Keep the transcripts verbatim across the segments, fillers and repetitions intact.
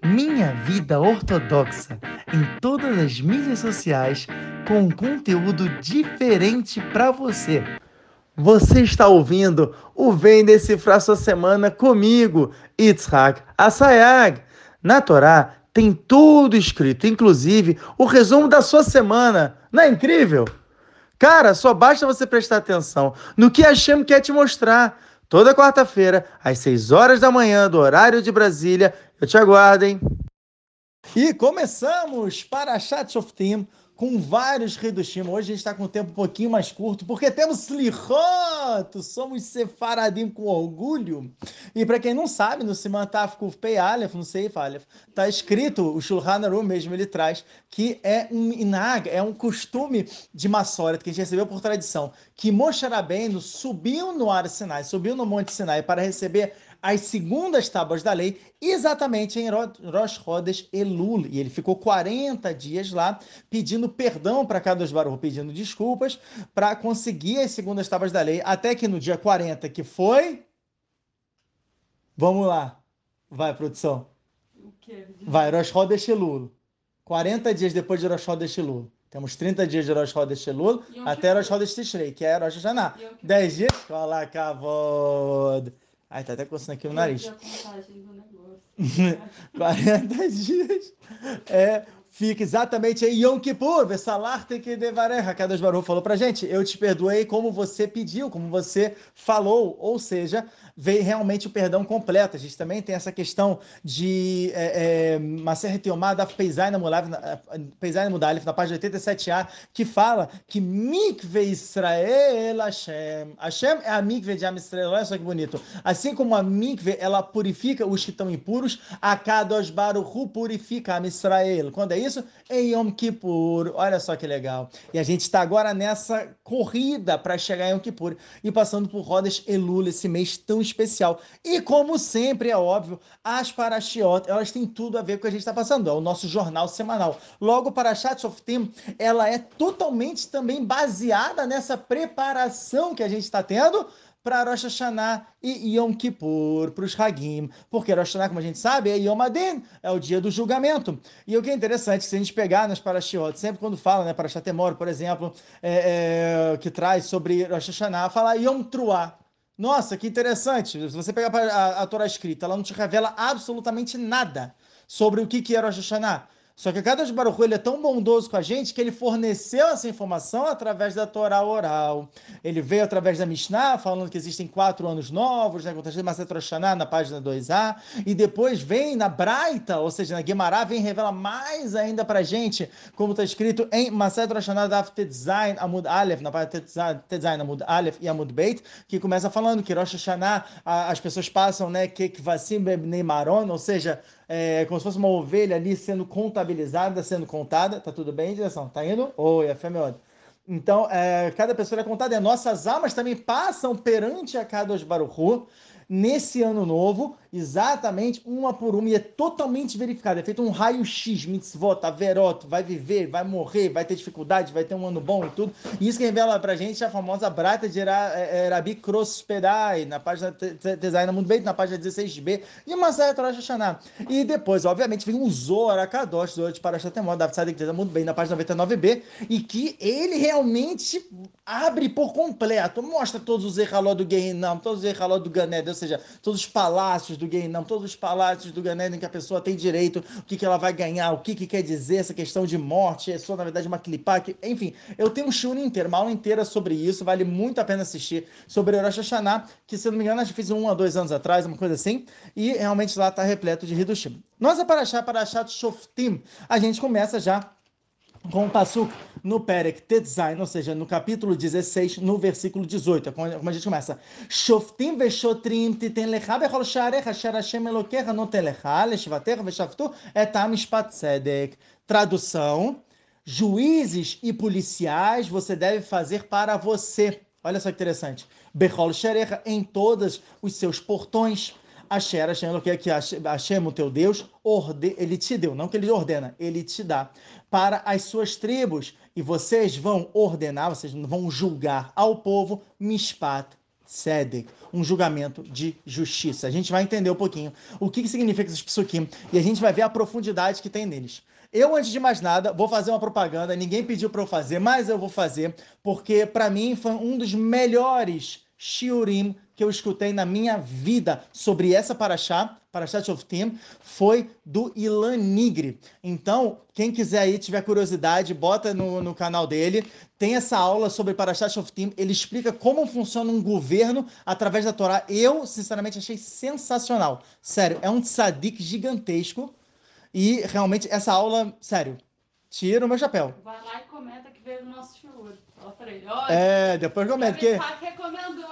Minha Vida Ortodoxa, em todas as mídias sociais, com um conteúdo diferente para você. Você está ouvindo o Vem Decifrar Sua Semana comigo, Yitzhak Assayag. Na Torá tem tudo escrito, inclusive o resumo da sua semana. Não é incrível? Cara, só basta você prestar atenção no que Hashem quer te mostrar. Toda quarta-feira, às seis horas da manhã, do horário de Brasília. Eu te aguardo, hein? E começamos para a Chat of Team com vários Hidushim. Hoje a gente está com um tempo um pouquinho mais curto, porque temos Slichot, somos Sefaradim com orgulho. E para quem não sabe, no Siman Taf Kuf Pei Aleph, não sei, Aleph, está escrito, o Shulchan Aruch mesmo ele traz, que é um inag, é um costume de Massoret, que a gente recebeu por tradição, que Moshe Rabbeinu subiu no Ar Sinai, subiu no Monte Sinai para receber as segundas tábuas da lei, exatamente em Rosh Chodesh Elul. E ele ficou quarenta dias lá pedindo perdão para Kadosh Baruch, pedindo desculpas para conseguir as segundas tábuas da lei, até que no dia quarenta, que foi... Vamos lá. Vai, produção. O que? Vai, Rosh Chodesh Elul. quarenta dias depois de Rosh Chodesh Elul. Temos trinta dias de Rosh Chodesh Elul Yom até Kippur. Rosh Chodesh Tishrei, que é Rosh Hashanah. Yom Kippur. dez dias. Kola Kavod. Ai, tá até coçando aqui o nariz. Perdi a contagem do negócio. quarenta dias. É, fica exatamente em Yom Kippur. Vessalar tem que devareja. Kadosh Baruch falou pra gente: eu te perdoei como você pediu, como você falou. Ou seja, veio realmente o perdão completo. A gente também tem essa questão de Maser Teomá da Peizaina Mudalif, na página oitenta e sete a, que fala que Mikve Israel Hashem. Hashem é a Mikve de Am Israel. Olha só que bonito. Assim como a Mikve, ela purifica os que estão impuros, a Kadosh Baruch Hu purifica a Israel. Quando é isso? Em Yom Kippur. Olha só que legal. E a gente está agora nessa corrida para chegar em Yom Kippur e passando por Rodas Elul, esse mês tão especial. E como sempre, é óbvio, as Parashiot, elas têm tudo a ver com o que a gente está passando. É o nosso jornal semanal. Logo, para a Chat of Team, ela é totalmente também baseada nessa preparação que a gente está tendo para Rosh Hashanah e Yom Kippur, para os Hagim, porque Rosh Hashanah, como a gente sabe, é Yom Adin, é o dia do julgamento. E o que é interessante, se a gente pegar nas Parashiot, sempre quando fala, né, Parashat Emor, por exemplo, é, é, que traz sobre Rosh Hashanah, fala Yom Truah. Nossa, que interessante, se você pegar a, a Torá escrita, ela não te revela absolutamente nada sobre o que, que é Rosh Hashanah. Só que cada Baruch Hu, ele é tão bondoso com a gente que ele forneceu essa informação através da Torá oral. Ele veio através da Mishnah, falando que existem quatro anos novos, né, contexto de Maset Rosh Hashanah, na página dois a, e depois vem na Braita, ou seja, na Guemará, vem e revela mais ainda pra gente, como está escrito em Maset Rosh Hashanah Daf Tetzain Amud Aleph, na página Tetzain Amud Aleph e Amud Beit, que começa falando que Rosh Hashanah, as pessoas passam, né, que Kvasim Bebnei Maron, ou seja, é, como se fosse uma ovelha ali sendo contabilizada, sendo contada. Tá tudo bem, direção? Tá indo? Oi, a fêmea. Então, é, cada pessoa é contada. E nossas almas também passam perante a Kadosh Baruch Hu nesse ano novo, exatamente uma por uma, e é totalmente verificado. É feito um raio-x, mitzvot, averot, vai viver, vai morrer, vai ter dificuldade, vai ter um ano bom e tudo. E isso que revela pra gente a famosa Brata de Rabi Krospedai, na página Tezaina Mundo Beit, na página dezesseis b, e Masayat Rosh Hashanah. E depois, obviamente, vem um Zohar Akadosh, Zohar de Parashat Emor, da Tzadik Tezaina Mundo Beit, na página noventa e nove b, e que ele realmente abre por completo, mostra todos os Echalot do Gehinam, todos os Echalot do Ganed, ou seja, todos os palácios do Gehinam, todos os palácios do Ganed em que a pessoa tem direito, o que, que ela vai ganhar, o que, que quer dizer essa questão de morte, é só, na verdade, uma clipá, que, enfim, eu tenho um shur inteiro, uma aula inteira sobre isso, vale muito a pena assistir, sobre Rosh Hashanah, que, se eu não me engano, acho que fiz um a dois anos atrás, uma coisa assim, e realmente lá está repleto de Hidushim. Nós, a Parashá, Parashat Shoftim, a gente começa já com o Passuk no Perek Tetzain, ou seja, no capítulo dezesseis, no versículo dezoito, é como a gente começa. Shoftim veshotrim titen lecha bechol sharecha asher Hashem Elokecha noten lecha leshvatecha veshaftu et hamishpat tzedek. Tradução: juízes e policiais você deve fazer para você. Olha só que interessante. Bechol sharecha, em todos os seus portões. Asher, Hashem, que Hashem, o teu Deus, orde, ele te deu, não que ele ordena, ele te dá, para as suas tribos, e vocês vão ordenar, vocês vão julgar ao povo, mishpat tzedek, um julgamento de justiça. A gente vai entender um pouquinho o que, que significa esses psukim e a gente vai ver a profundidade que tem neles. Eu, antes de mais nada, vou fazer uma propaganda, ninguém pediu para eu fazer, mas eu vou fazer, porque para mim foi um dos melhores shiurim que eu escutei na minha vida sobre essa paraxá, Parashat Shoftim, foi do Ilan Nigri. Então, quem quiser aí, tiver curiosidade, bota no, no canal dele, tem essa aula sobre Parashat Shoftim, ele explica como funciona um governo através da Torá. Eu, sinceramente, achei sensacional. Sério, é um tzadik gigantesco e realmente essa aula, sério, tira o meu chapéu. Vai lá e comenta que veio no nosso shiur. Fala pra ele, olha, É, depois comenta que... que recomendou.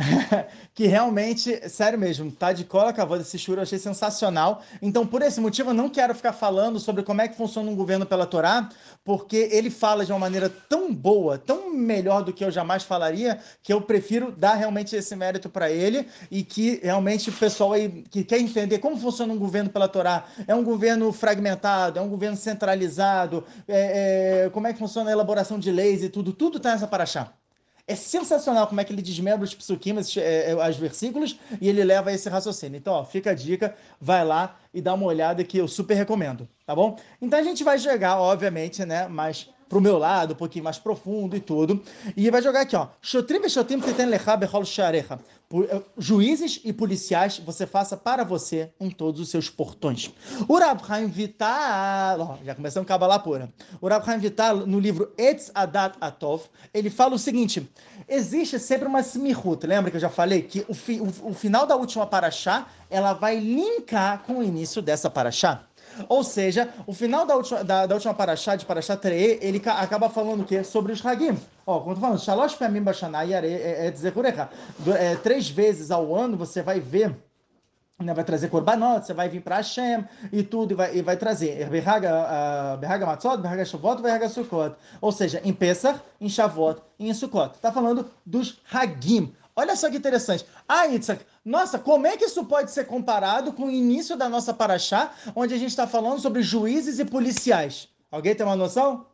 que realmente, sério mesmo, tá de cola com a voz desse churro, eu achei sensacional. Então, por esse motivo, eu não quero ficar falando sobre como é que funciona um governo pela Torá, porque ele fala de uma maneira tão boa, tão melhor do que eu jamais falaria, que eu prefiro dar realmente esse mérito para ele e que realmente o pessoal aí que quer entender como funciona um governo pela Torá, é um governo fragmentado, é um governo centralizado, é, é, como é que funciona a elaboração de leis e tudo, tudo tá nessa paraxá. É sensacional como é que ele desmembra os psukim, os, é, é, os versículos, e ele leva a esse raciocínio. Então, ó, fica a dica, vai lá e dá uma olhada que eu super recomendo, tá bom? Então a gente vai jogar, obviamente, né, mais pro meu lado, um pouquinho mais profundo e tudo, e vai jogar aqui, ó. Shotrim veshotim titen lecha bechol sharecha. Juízes e policiais você faça para você em todos os seus portões. O Rav Chaim Vital, ó, já começamos a Kabbalah pura. O Rav Chaim Vital, no livro Etz Adat Atov, ele fala o seguinte: existe sempre uma smihut. Lembra que eu já falei que o, fi, o, o final da última paraxá, ela vai linkar com o início dessa paraxá? Ou seja, o final da última, da, da última paraxá, de paraxá Treê, ele ca, acaba falando o quê? Sobre os Hagim. Ó, como eu tô falando, Shalosh Pamim Bashanai é Tzekurecha. Três vezes ao ano você vai ver, né, vai trazer korbanot, você vai vir para Hashem e tudo, e vai, e vai trazer Berraga Matzot, Berraga Shavuot, Berraga Sukkot. Ou seja, em Pesach, em Shavuot e em Sukkot. Tá falando dos Hagim. Olha só que interessante. Ah, Itzhak, nossa, como é que isso pode ser comparado com o início da nossa paraxá, onde a gente está falando sobre juízes e policiais? Alguém tem uma noção?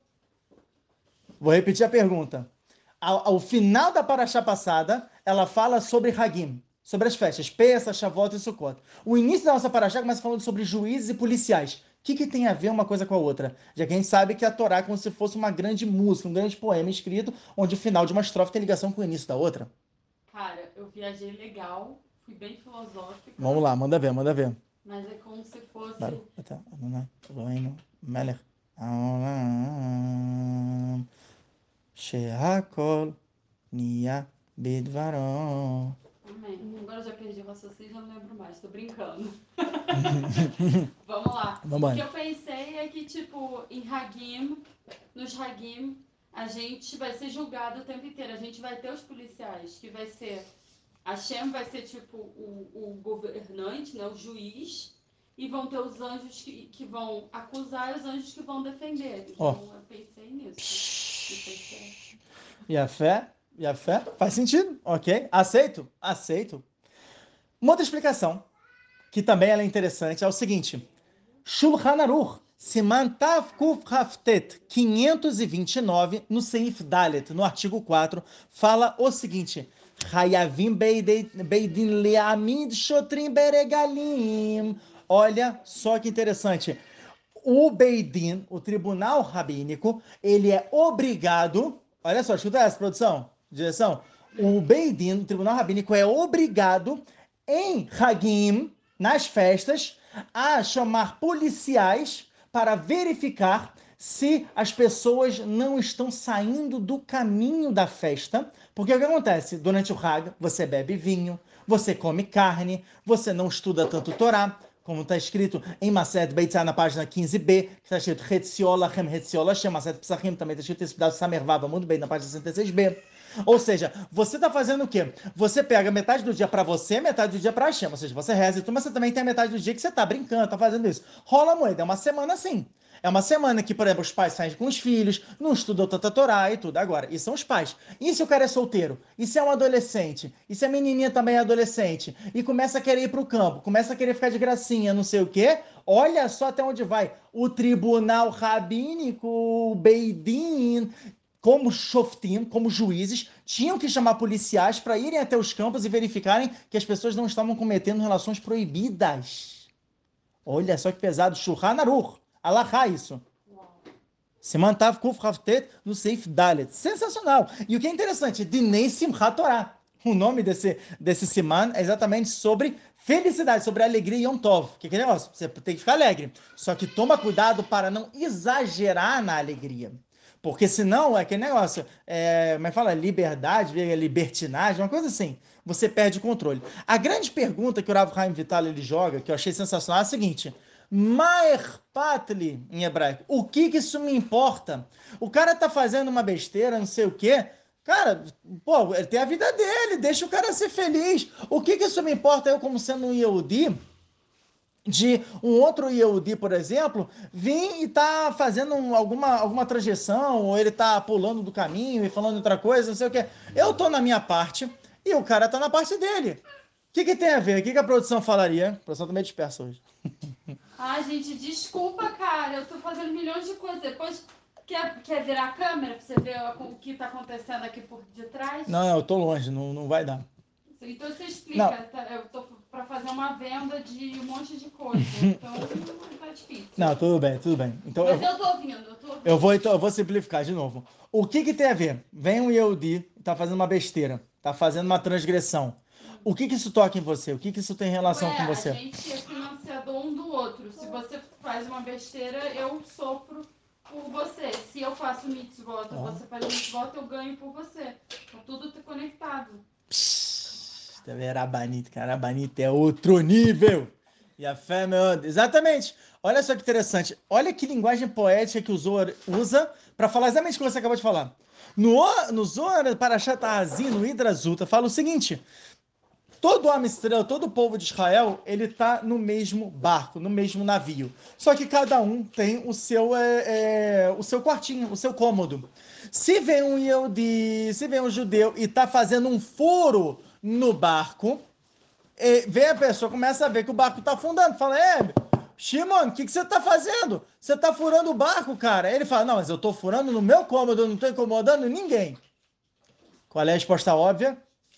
Vou repetir a pergunta. Ao, ao final da paraxá passada, ela fala sobre Hagim, sobre as festas, Pesach, Shavuot e Sukkot. O início da nossa paraxá começa falando sobre juízes e policiais. O que, que tem a ver uma coisa com a outra? Já que a gente sabe que a Torá é como se fosse uma grande música, um grande poema escrito, onde o final de uma estrofe tem ligação com o início da outra. Cara, eu viajei legal, fui bem filosófica. Vamos lá, manda ver, manda ver. Mas é como se fosse... שהכל נהיה בדברו. Amém. Agora eu já perdi o raciocínio, já não lembro mais, tô brincando. Vamos lá. Vamos O que eu pensei é que, tipo, em Hagim, nos Hagim, a gente vai ser julgado o tempo inteiro. A gente vai ter os policiais, que vai ser... Hashem vai ser, tipo, o, o governante, né, o juiz, e vão ter os anjos que, que vão acusar e os anjos que vão defender. Então, oh. eu pensei nisso. E a fé? E a fé? Faz sentido, ok? Aceito? Aceito. Uma outra explicação, que também ela é interessante, é o seguinte. Shulchan Aruch, Siman Tav Kuf Haftet, quinhentos e vinte e nove, no Seif Dalet, no artigo quatro, fala o seguinte... Hayavim Beidin Leamid Shotrim Beregalim. Olha só que interessante. O Beidin, o tribunal rabínico, ele é obrigado. Olha só, escuta essa, produção, direção. O Beidin, o tribunal rabínico, é obrigado em Hagim, nas festas, a chamar policiais para verificar se as pessoas não estão saindo do caminho da festa. Porque o que acontece? Durante o Hag, você bebe vinho, você come carne, você não estuda tanto Torá, como está escrito em Maset Beitzah, na página quinze b, que está escrito Hetziola Hem Hetziola Shem, Maset Psachim, também está escrito esse pedaço Samervava, muito bem, na página sessenta e seis b. Ou seja, você está fazendo o quê? Você pega metade do dia para você, metade do dia para Hashem, ou seja, você reza e tudo, mas você também tem a metade do dia que você está brincando, está fazendo isso. Rola moeda, é uma semana assim. É uma semana que, por exemplo, os pais saem com os filhos, não estudam tanta Torá e tudo. Agora, e são os pais. E se o cara é solteiro? E se é um adolescente? E se a menininha também é adolescente? E começa a querer ir pro campo, começa a querer ficar de gracinha, não sei o quê? Olha só até onde vai. O tribunal rabínico, o Beidin, como shoftim, como juízes, tinham que chamar policiais para irem até os campos e verificarem que as pessoas não estavam cometendo relações proibidas. Olha só que pesado. Shulchan Aruch. Alahá isso. Siman Tav Kuf Haftet no Seif Dalet. Sensacional. E o que é interessante, Dinei Simchat Torah. O nome desse, desse Siman é exatamente sobre felicidade, sobre alegria e Yom Tov. Que que negócio? Você tem que ficar alegre. Só que toma cuidado para não exagerar na alegria. Porque senão é aquele negócio, é, como é que fala? Liberdade, libertinagem, uma coisa assim. Você perde o controle. A grande pergunta que o Rav Chaim Vital ele joga, que eu achei sensacional, é a seguinte: Maer Patli, em hebraico. O que que isso me importa? O cara tá fazendo uma besteira, não sei o quê. Cara, pô, ele tem a vida dele, deixa o cara ser feliz. O que que isso me importa eu como sendo um Yehudi, de um outro Yehudi, por exemplo, vir e tá fazendo um- alguma, alguma transição, ou ele tá pulando do caminho e falando outra coisa, não sei o quê. Eu tô na minha parte e o cara tá na parte dele. O que que tem a ver? O que que a produção falaria? A produção tá meio dispersa hoje. Ai, gente, desculpa, cara. Eu tô fazendo milhões de coisas. Depois, quer, quer virar a câmera pra você ver o que tá acontecendo aqui por detrás? Não, não, eu tô longe, não, não vai dar. Então você Não, explica. Tá? Eu tô pra fazer uma venda de um monte de coisa. Então, tá difícil. não, tudo bem, tudo bem. Então eu, Mas eu tô ouvindo, eu tô ouvindo. eu vou, então, eu vou simplificar de novo. O que que tem a ver? Vem um Yehudi, tá fazendo uma besteira, tá fazendo uma transgressão. O que que isso toca em você? O que que isso tem relação Ué, com a você? gente é financiador um do outro. Se você faz uma besteira, eu sofro por você. Se eu faço mitzvot, Ó. você faz mitzvot, eu ganho por você. Então tudo tá conectado. Psst, também era Rabanito, cara. Rabanito é outro nível. E a fé, meu... Exatamente. Olha só que interessante. Olha que linguagem poética que o Zohar usa para falar exatamente o que você acabou de falar. No, no Zohar, Parashat Azim, no Hidra Zuta, fala o seguinte: todo o Amistrel, todo o povo de Israel, ele tá no mesmo barco, no mesmo navio. Só que cada um tem o seu, é, é, o seu quartinho, o seu cômodo. Se vem um Yehudi, se vem um judeu e tá fazendo um furo no barco, e vem a pessoa, começa a ver que o barco tá afundando. Fala, é, Shimon, o que, que você tá fazendo? Você tá furando o barco, cara. Ele fala, não, mas eu tô furando no meu cômodo, eu não tô incomodando ninguém. Qual é a resposta óbvia?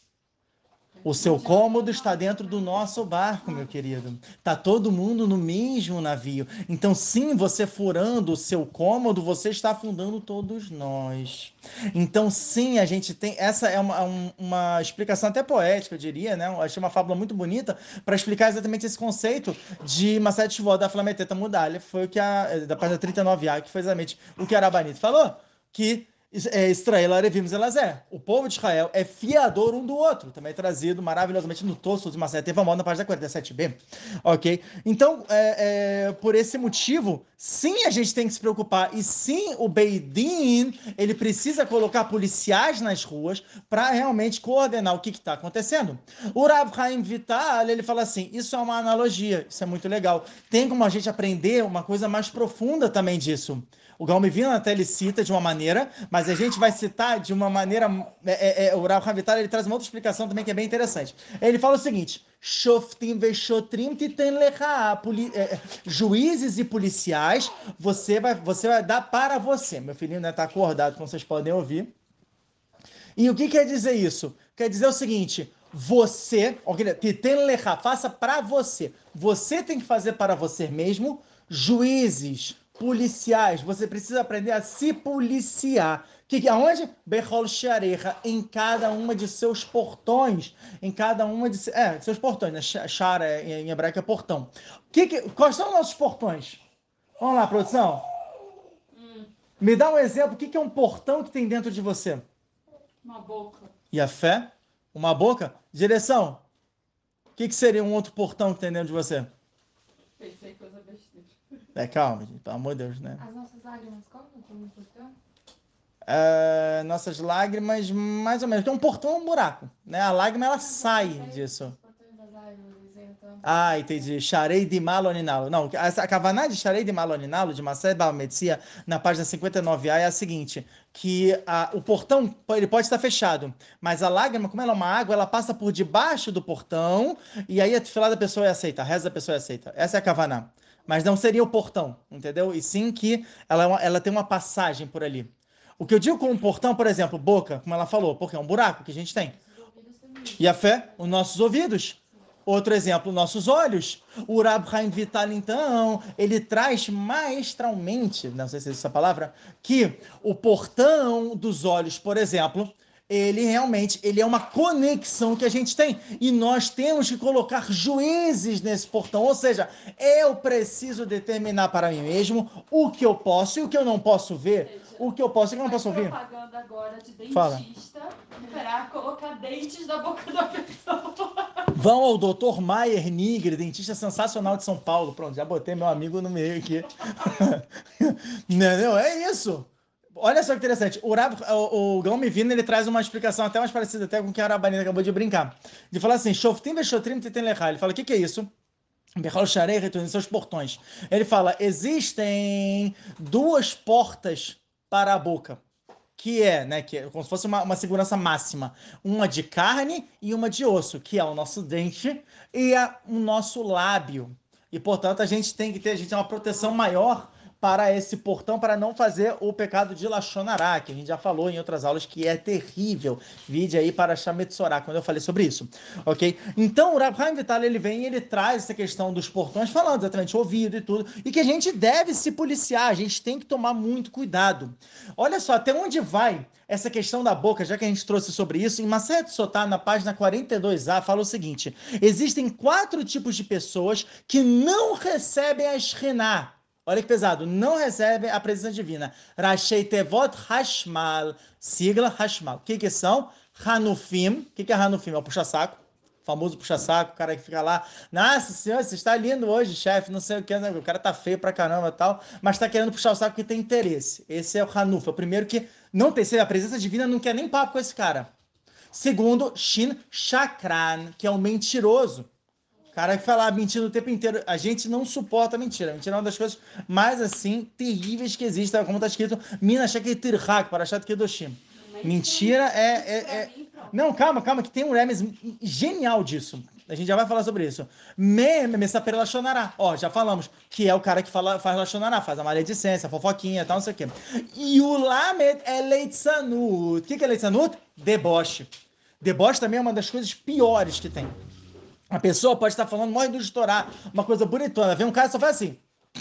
O seu cômodo está dentro do nosso barco, meu querido. Tá todo mundo no mesmo navio. Então, sim, você furando o seu cômodo, você está afundando todos nós. Então, sim, a gente tem. Essa é uma, um- uma explicação até poética, eu diria, né? Eu achei uma fábula muito bonita para explicar exatamente esse conceito de Maseret Shuvot da Flameteta Mudalha. Foi o que a. Da página trinta e nove A, que foi exatamente o que a Arabanito falou. Que é, Israel Arevim Zelazé. O povo de Israel é fiador um do outro. Também é trazido maravilhosamente no Tosfos de Maseret Evamot, na página quarenta e sete B. Ok? Então, é, é, por esse motivo, sim, a gente tem que se preocupar. E sim, o Beidin, ele precisa colocar policiais nas ruas para realmente coordenar o que está acontecendo. O Rav Chaim Vital, ele fala assim, isso é uma analogia, isso é muito legal. Tem como a gente aprender uma coisa mais profunda também disso. O Galmivino até ele cita de uma maneira, mas a gente vai citar de uma maneira. É, é, é, o Rav Havitar ele traz uma outra explicação também que é bem interessante. Ele fala o seguinte: Shoftim veshotrim titen lecha. É, juízes e policiais, você vai, você vai dar para você. Meu filhinho está, né, tá acordado, como vocês podem ouvir. E o que quer dizer isso? Quer dizer o seguinte: você, titen lecha, faça para você. Você tem que fazer para você mesmo, juízes, policiais, você precisa aprender a se policiar. Que, que- aonde? Bechol Shareha, em cada uma de seus portões, em cada uma de é, seus portões, né? Shara em hebraico é portão. Que, que, quais são os nossos portões? Vamos lá, produção. Hum, Me dá um exemplo, o que, que é um portão que tem dentro de você? uma boca. E a fé? Uma boca? Direção? O que, que seria um outro portão que tem dentro de você? Pensei coisa besteira. É, calma, gente, pelo amor de Deus, né? As nossas lágrimas contam como portão? É, nossas lágrimas, mais ou menos. Porque um portão é um buraco, né? A lágrima, ela Ah, sai você fez disso. os portões das árvores, então. Ah, entendi. Sharei de Maloninalo. Não, a Kavaná de Sharei de Maloninalo, de Masé Balmetzia, na página cinquenta e nove A, é a seguinte, que a, o portão, ele pode estar fechado, mas a lágrima, como ela é uma água, ela passa por debaixo do portão, e aí a tefilá da pessoa é aceita, a reza da pessoa é aceita. Essa é a Kavaná. Mas não seria o portão, entendeu? E sim que ela, é uma- ela tem uma passagem por ali. O que eu digo com um portão, por exemplo, boca, como ela falou, porque é um buraco que a gente tem. E a fé, os nossos ouvidos. Outro exemplo, nossos olhos. O Rab Chaim Vital, então, ele traz maestralmente, não sei se é essa palavra, que o portão dos olhos, por exemplo, ele realmente ele é uma conexão que a gente tem. E nós temos que colocar juízes nesse portão. Ou seja, eu preciso determinar para mim mesmo o que eu posso e o que eu não posso ver. O que eu posso e o que eu não posso ouvir. Propaganda agora de dentista Fala. para colocar dentes na boca da pessoa. Vão ao doutor Maier Nigre, dentista sensacional de São Paulo. Pronto, já botei meu amigo no meio aqui. Entendeu? É isso. Olha só que interessante. O, Rab, o, o Gaon Mivina, ele traz uma explicação até mais parecida até com o que a Rabanina acabou de brincar. De falar assim, Shoftim veshotrim titen lecha. Ele fala, o que, que é isso? Bechal Sharei retorno, seus portões. Ele fala, existem duas portas para a boca. Que é, né, que é como se fosse uma, uma segurança máxima. Uma de carne e uma de osso, que é o nosso dente e a, o nosso lábio. E, portanto, a gente tem que ter, a gente tem uma proteção maior para esse portão, para não fazer o pecado de Lashon Hará, que a gente já falou em outras aulas, que é terrível. Vide aí para Shametzorá, quando eu falei sobre isso, ok? Então, o Rab Chaim Vital, ele vem e ele traz essa questão dos portões, falando exatamente o ouvido e tudo, e que a gente deve se policiar, a gente tem que tomar muito cuidado. Olha só, até onde vai essa questão da boca, já que a gente trouxe sobre isso, em Maseret Sotá, na página quarenta e dois a, fala o seguinte, existem quatro tipos de pessoas que não recebem a Shekhinah. Olha que pesado, não recebem a presença divina. Rashei Tevot Hashmal, sigla Hashmal. O que que são? Hanufim. O que que é Hanufim? É o puxa-saco. Famoso puxa-saco, o cara que fica lá, nossa senhora, você está lindo hoje, chefe, não sei o que, o cara tá feio pra caramba e tal, mas tá querendo puxar o saco porque tem interesse. Esse é o Hanuf, é o primeiro que não tem, a presença divina não quer nem papo com esse cara. Segundo, Shin Shakran, que é um mentiroso. Cara que fala mentira o tempo inteiro. A gente não suporta mentira. Mentira é uma das coisas mais, assim, terríveis que existem. Como está escrito, Mina Shekei Tirhak, para Shat Kedoshim. Mentira é... é, é... Não, calma, calma, que tem um remes genial disso. A gente já vai falar sobre isso. Me, me saper Lashonará. Ó, já falamos. Que é o cara que fala, faz Lashonará, faz a maledicência, a fofoquinha e tal, não sei o quê. E o Lamed é Leitzanut. O que, que é Leitzanut? Deboche. Deboche também é uma das coisas piores que tem. A pessoa pode estar falando, morre do estourar, uma coisa bonitona. Vem um cara e só faz assim.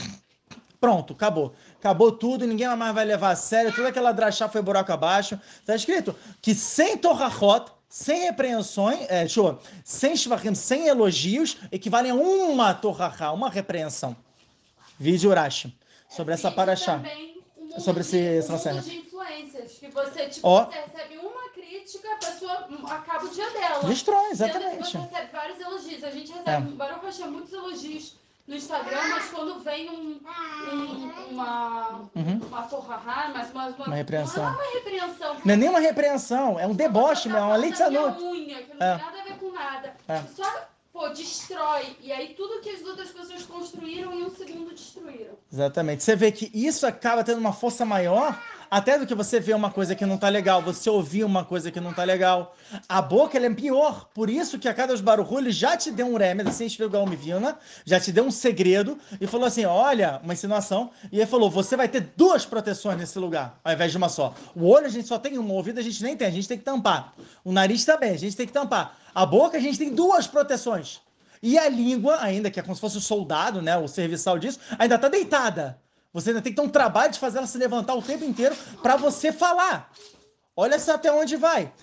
Pronto, acabou. Acabou tudo, ninguém mais vai levar a sério. Toda aquela drachá foi buraco abaixo. Está escrito que sem torrachot, sem repreensões, é, show, sem shvachim, sem elogios, equivalem a uma torrachá, uma repreensão. Vídeo Urashi. Sobre essa paraxá. Um sobre esse, de, essa um série. mundo de influências, que você, tipo, Ó. você recebe uma crítica, a pessoa acaba o dia dela. Destrói, Sendo que exatamente. você recebe vários elogios. A gente recebe, É. Baruch Hashem, muitos elogios no Instagram, mas quando vem um, um, uma, Uhum. uma forrahá, mas uma, uma, Uma repreensão. Não é uma repreensão. Não é nem uma repreensão, é um deboche, Uma meu, é uma coisa da leitzanut. minha unha, que não É. tem nada a ver com nada. É. Só, pô, destrói. E aí tudo que as outras pessoas construíram em um segundo destruíram. Exatamente. Você vê que isso acaba tendo uma força maior até do que você ver uma coisa que não tá legal, você ouvir uma coisa que não tá legal. A boca, ela é pior. Por isso que a cada Baruch Hu, ele já te deu um remédio, assim, Gaon Mivina, já te deu um segredo e falou assim, olha, uma insinuação, e ele falou, você vai ter duas proteções nesse lugar, ao invés de uma só. O olho a gente só tem uma, o ouvido a gente nem tem, a gente tem que tampar. O nariz também, a gente tem que tampar. A boca a gente tem duas proteções. E a língua, ainda que é como se fosse o soldado, né, o serviçal disso, ainda tá deitada. Você ainda tem que ter um trabalho de fazer ela se levantar o tempo inteiro para você falar. Olha só até onde vai.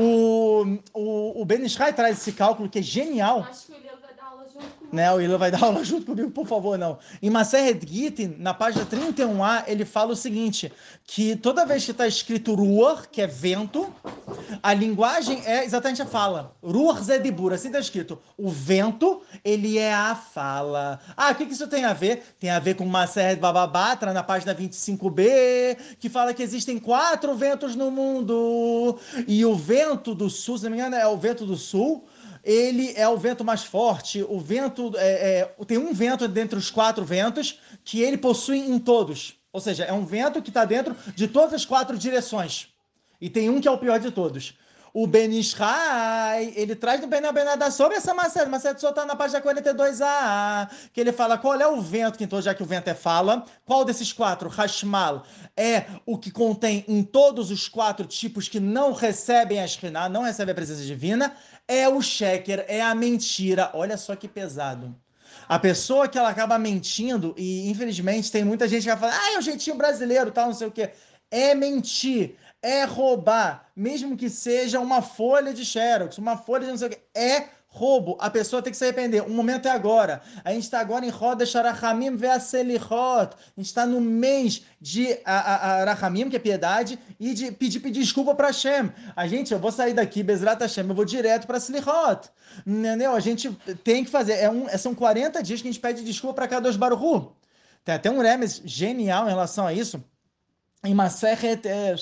O, o, o Ben Ishai traz esse cálculo que é genial. Acho que o Eliel vai dar aula junto com Né, o Ilan vai dar aula junto comigo, por favor, não. Em Maseret Gittin, na página trinta e um a, ele fala o seguinte, que toda vez que está escrito Ruach, que é vento, a linguagem é exatamente a fala. Ruach Zedibur, assim está escrito. O vento, ele é a fala. Ah, o que, que isso tem a ver? Tem a ver com Maseret Bababatra, na página vinte e cinco b, que fala que existem quatro ventos no mundo. E o vento do sul, se não me engano, é o vento do sul, ele é o vento mais forte. O vento é, é, tem um vento dentre os quatro ventos que ele possui em todos. Ou seja, é um vento que está dentro de todas as quatro direções. E tem um que é o pior de todos. O Ben Ishai, ele traz no Ben Benadá sobre essa macete. Macete só tá na página quarenta e dois A, que ele fala qual é o vento, que então, já que o vento é fala, qual desses quatro, Hashmal, é o que contém em todos os quatro tipos que não recebem a Shekhinah, não recebem a presença divina, é o Sheker, é a mentira. Olha só que pesado. A pessoa que ela acaba mentindo, e infelizmente tem muita gente que vai falar, ah, é o jeitinho brasileiro, tal, não sei o quê. É mentir, é roubar, mesmo que seja uma folha de Xerox, uma folha de não sei o quê. É roubo. A pessoa tem que se arrepender. O momento é agora. A gente está agora em Roda Sharachamim Ve'aselichot. A gente está no mês de a, a, a Rachamim, que é piedade, e de pedir, pedir desculpa para Hashem. A gente, eu vou sair daqui, Bezrat Hashem, eu vou direto para Selichot. Entendeu? A gente tem que fazer. É um, são quarenta dias que a gente pede desculpa para Kadosh Baruch Hu. Tem até um remes genial em relação a isso. Em Masechet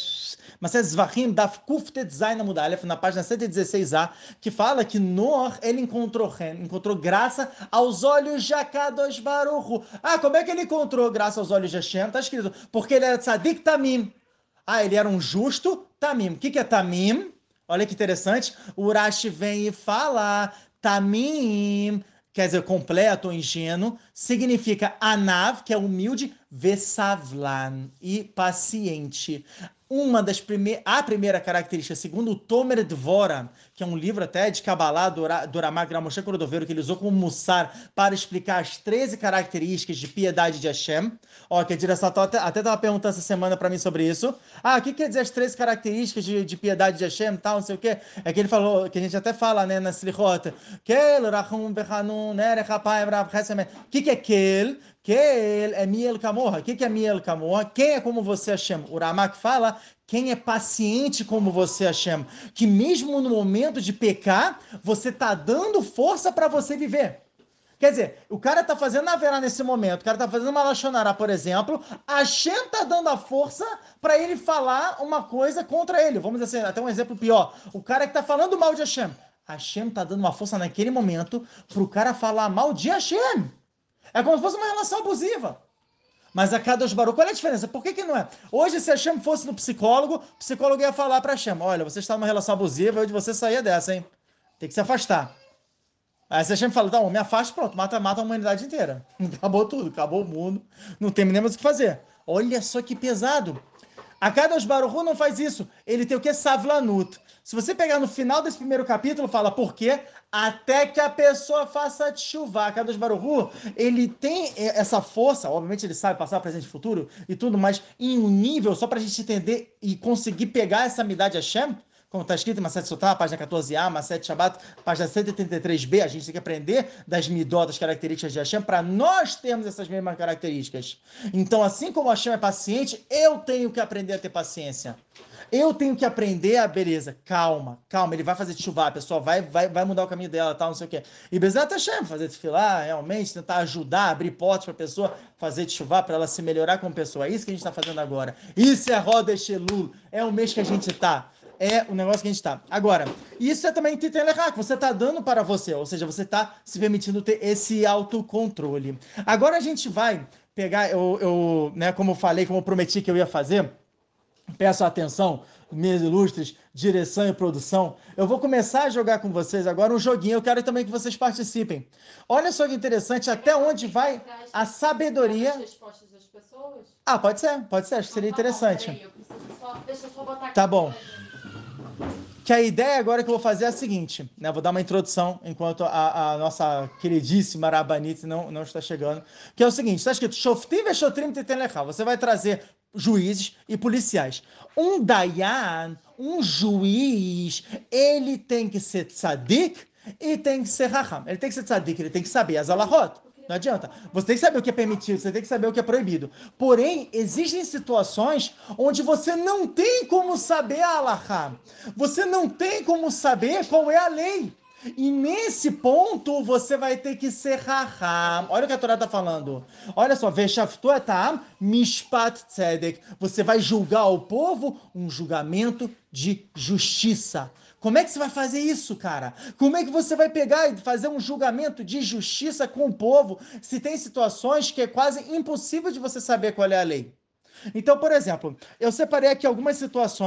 Zvachim, Daf Kuf Tetzain Amud Aleph, na página cento e dezesseis A, que fala que Noah, ele encontrou, encontrou graça aos olhos de Akadosh Baruch Hu. Ah, como é que ele encontrou graça aos olhos de Hashem? Tá escrito, porque ele era tzadik tamim. Ah, ele era um justo tamim. O que, que é tamim? Olha que interessante. O Urashi vem e fala tamim, quer dizer, completo ou ingênuo, significa anav, que é humilde, vesavlan, e paciente. Uma das primeiras, a primeira característica, segundo o Tomer Dvora, que é um livro até de Kabbalah do Ramak Moshe Cordovero, que ele usou como mussar para explicar as treze características de piedade de Hashem. Ó, que a direção até estava perguntando essa semana para mim sobre isso. Ah, o que quer dizer as treze características de, de piedade de Hashem, tal, não sei o quê. É que ele falou, que a gente até fala, né, na Slichot. Kel, Rachum, Bechanun, Nerech, Apayim, Rav, Chesem. O que que é Kel? Kel é Miel Kamorra. O que que é Miel Kamorra? Quem é como você, Hashem? O Ramak fala, quem é paciente como você, Hashem? Que mesmo no momento de pecar, você tá dando força para você viver. Quer dizer, o cara tá fazendo a verá nesse momento, o cara tá fazendo uma lachonará, por exemplo, a Hashem tá dando a força para ele falar uma coisa contra ele. Vamos dizer assim, até um exemplo pior. O cara que tá falando mal de Hashem. Hashem tá dando uma força naquele momento pro cara falar mal de Hashem. É como se fosse uma relação abusiva. Mas a Kadosh Baruch, qual é a diferença? Por que que não é? Hoje, se Hashem fosse no psicólogo, o psicólogo ia falar para Hashem, olha, você está numa relação abusiva, hoje você saía dessa, hein? Tem que se afastar. Aí se Hashem fala, tá, me afasta, pronto, mata, mata a humanidade inteira. Acabou tudo, acabou o mundo, não tem nem mais o que fazer. Olha só que pesado. A Kadosh Baruch Hu não faz isso. Ele tem o que? Savlanut. Se você pegar no final desse primeiro capítulo, fala por quê? Até que a pessoa faça tchuvá. A Kadosh Baruch Hu, ele tem essa força, obviamente ele sabe passar presente e futuro e tudo, mas em um nível, só para a gente entender e conseguir pegar essa amidade Hashem, como está escrito em Masechet Sotá, página quatorze A, Masechet Shabbat, página cento e oitenta e três B, a gente tem que aprender das midot, das características de Hashem, para nós termos essas mesmas características. Então, assim como Hashem é paciente, eu tenho que aprender a ter paciência. Eu tenho que aprender a, beleza, calma, calma, ele vai fazer tchuvá, a pessoa vai, vai, vai mudar o caminho dela, tal, não sei o quê. E Bezat Hashem, fazer tefilá, realmente, tentar ajudar, abrir portas para a pessoa fazer tchuvá, para ela se melhorar como pessoa. É isso que a gente está fazendo agora. Isso é Roda Shelul, é o mês que a gente está. É o negócio que a gente está. Agora, isso é também Titen Lechá, que você está dando para você, ou seja, você está se permitindo ter esse autocontrole. Agora a gente vai pegar, eu, eu, né, como eu falei, como eu prometi que eu ia fazer, peço atenção, meus ilustres, direção e produção, eu vou começar a jogar com vocês agora um joguinho, eu quero também que vocês participem. Olha só que interessante, até onde vai a sabedoria... As respostas das pessoas? Ah, pode ser, pode ser, acho que seria Então, tá bom, interessante. peraí, eu preciso só, deixa eu só botar aqui. Tá bom. Que a ideia agora que eu vou fazer é a seguinte, né? Vou dar uma introdução enquanto a, a nossa queridíssima Rabanit não, não está chegando, que é o seguinte, está escrito Shoftim veshotrim titen lecha. Você vai trazer juízes e policiais. Um dayan, um juiz, ele tem que ser tzadik e tem que ser raham. Ele tem que ser tzadik, ele tem que saber as alahot. Não adianta. Você tem que saber o que é permitido, você tem que saber o que é proibido. Porém, existem situações onde você não tem como saber a alahá. Você não tem como saber qual é a lei. E nesse ponto, você vai ter que ser raham. Olha o que a Torá está falando. Olha só, Veshaftu etam mishpat tzedek. Você vai julgar ao povo um julgamento de justiça. Como é que você vai fazer isso, cara? Como é que você vai pegar e fazer um julgamento de justiça com o povo se tem situações que é quase impossível de você saber qual é a lei? Então, por exemplo, eu separei aqui algumas situações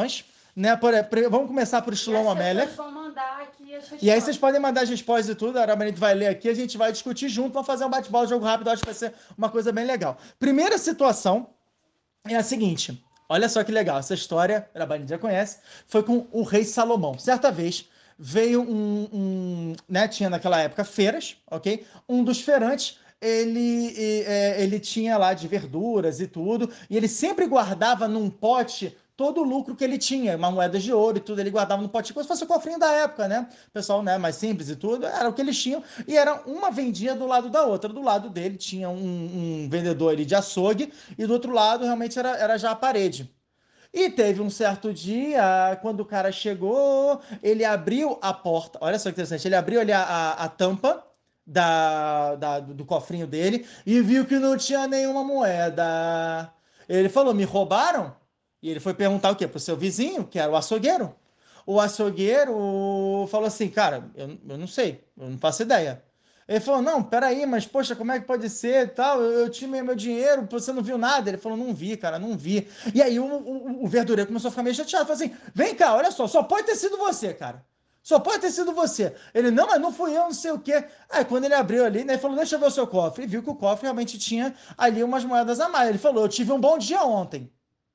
né? Por, por- vamos começar por E Shlomo as Amelech. pessoas vão mandar aqui as respostas. E aí vocês podem mandar as respostas e tudo, a Arabanito vai ler aqui, a gente vai discutir junto, vamos fazer um bate-bola, um jogo rápido, acho que vai ser uma coisa bem legal. Primeira situação é a seguinte, olha só que legal, essa história, a Arabanito já conhece, foi com o rei Salomão. Certa vez veio um, um, né, tinha naquela época feiras, ok? Um dos feirantes, ele, e, é, ele tinha lá de verduras e tudo, e ele sempre guardava num pote todo o lucro que ele tinha, uma moeda de ouro e tudo, ele guardava no potinho, como se fosse o cofrinho da época, né? O pessoal, né, mais simples e tudo, era o que eles tinham, e era uma vendia do lado da outra. Do lado dele tinha um, um vendedor ali de açougue, e do outro lado realmente era, era já a parede. E teve um certo dia, quando o cara chegou, ele abriu a porta. Olha só que interessante. Ele abriu ali a, a, a tampa da, da- do cofrinho dele e viu que não tinha nenhuma moeda. Ele falou: Me roubaram? E ele foi perguntar o quê? Pro seu vizinho, que era o açougueiro. O açougueiro falou assim: Cara, eu, eu não sei, eu não faço ideia. Ele falou: Não, peraí, mas poxa, como é que pode ser e tal? Eu, eu tinha meu dinheiro, você não viu nada? Ele falou: Não vi, cara, não vi. E aí o, o, o verdureiro começou a ficar meio chateado. Falou assim: Vem cá, olha só, só pode ter sido você, cara. Só pode ter sido você. Ele: Não, mas não fui eu, não sei o quê. Aí quando ele abriu ali, né, ele falou: Deixa eu ver o seu cofre. E viu que o cofre realmente tinha ali umas moedas a mais. Ele falou: Eu tive um bom dia ontem.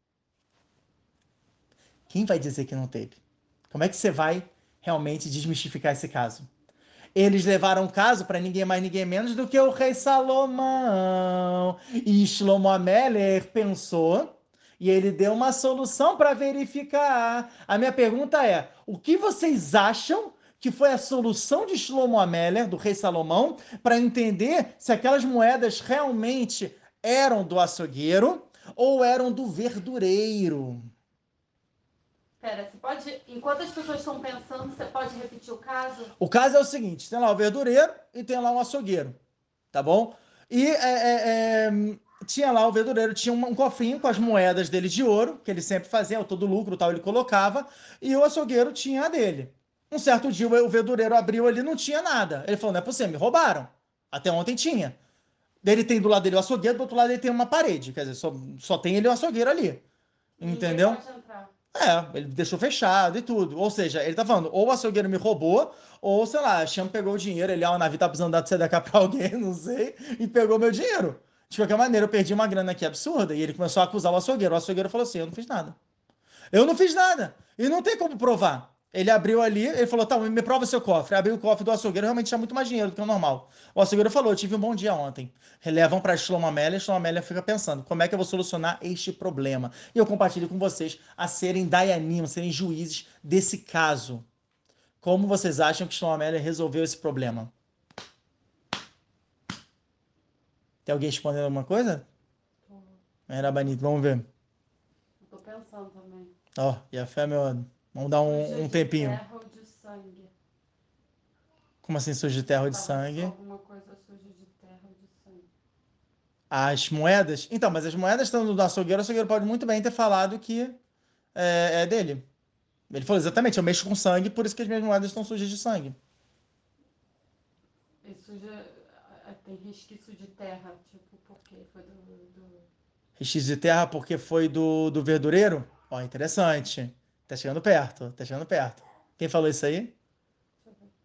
Quem vai dizer que não teve? Como é que você vai realmente desmistificar esse caso? Eles levaram o caso para ninguém mais, ninguém menos do que o rei Salomão. E Shlomo Ameler pensou e ele deu uma solução para verificar. A minha pergunta é: o que vocês acham que foi a solução de Shlomo Ameler, do rei Salomão, para entender se aquelas moedas realmente eram do açougueiro ou eram do verdureiro? Pera, você pode. Enquanto as pessoas estão pensando, você pode repetir o caso? O caso é o seguinte: tem lá o verdureiro e tem lá um açougueiro, tá bom? E é, é, é, tinha lá o verdureiro, tinha um, um cofrinho com as moedas dele de ouro, que ele sempre fazia, todo lucro tal ele colocava, e o açougueiro tinha a dele. Um certo dia o verdureiro abriu ali, não tinha nada. Ele falou: Não é possível, me roubaram. Até ontem tinha. Ele tem do lado dele o açougueiro, do outro lado ele tem uma parede, quer dizer, só, só tem ele e o açougueiro ali. Ninguém Entendeu? pode entrar. É, ele deixou fechado e tudo. Ou seja, ele tá falando, ou o açougueiro me roubou, ou, sei lá, a Cham pegou o dinheiro, ele, ah, o navio tá precisando dar de C D K pra alguém, não sei, e pegou meu dinheiro. De qualquer maneira, eu perdi uma grana aqui absurda, e ele começou a acusar o açougueiro. O açougueiro falou assim, eu não fiz nada. Eu não fiz nada. E não tem como provar. Ele abriu ali, ele falou, tá, me prova seu cofre. Abriu o cofre do açougueiro, realmente tinha muito mais dinheiro do que o normal. O açougueiro falou, eu tive um bom dia ontem. Levam para Shlomo Amélia, Shlomo Amélia fica pensando, como é que eu vou solucionar este problema? E eu compartilho com vocês a serem dayanim, a serem juízes desse caso. Como vocês acham que Shlomo Amélia resolveu esse problema? Tem alguém respondendo alguma coisa? Era bonito, vamos ver. Eu tô pensando também. Ó, e a fé, meu. Vamos dar um, Suja um de tempinho. terra ou de sangue? Como assim, sujo de terra ou de Tava só sangue? alguma coisa suja de terra ou de sangue. As moedas? Então, mas as moedas estão do açougueiro, o açougueiro pode muito bem ter falado que é, é dele. Ele falou exatamente, eu mexo com sangue, por isso que as minhas moedas estão sujas de sangue. E suja. ah, Tem resquício de terra, tipo, porque foi do. do... X de terra porque foi do, do verdureiro? Ó, interessante. Tá chegando perto, tá chegando perto. Quem falou isso aí? Deixa eu ver.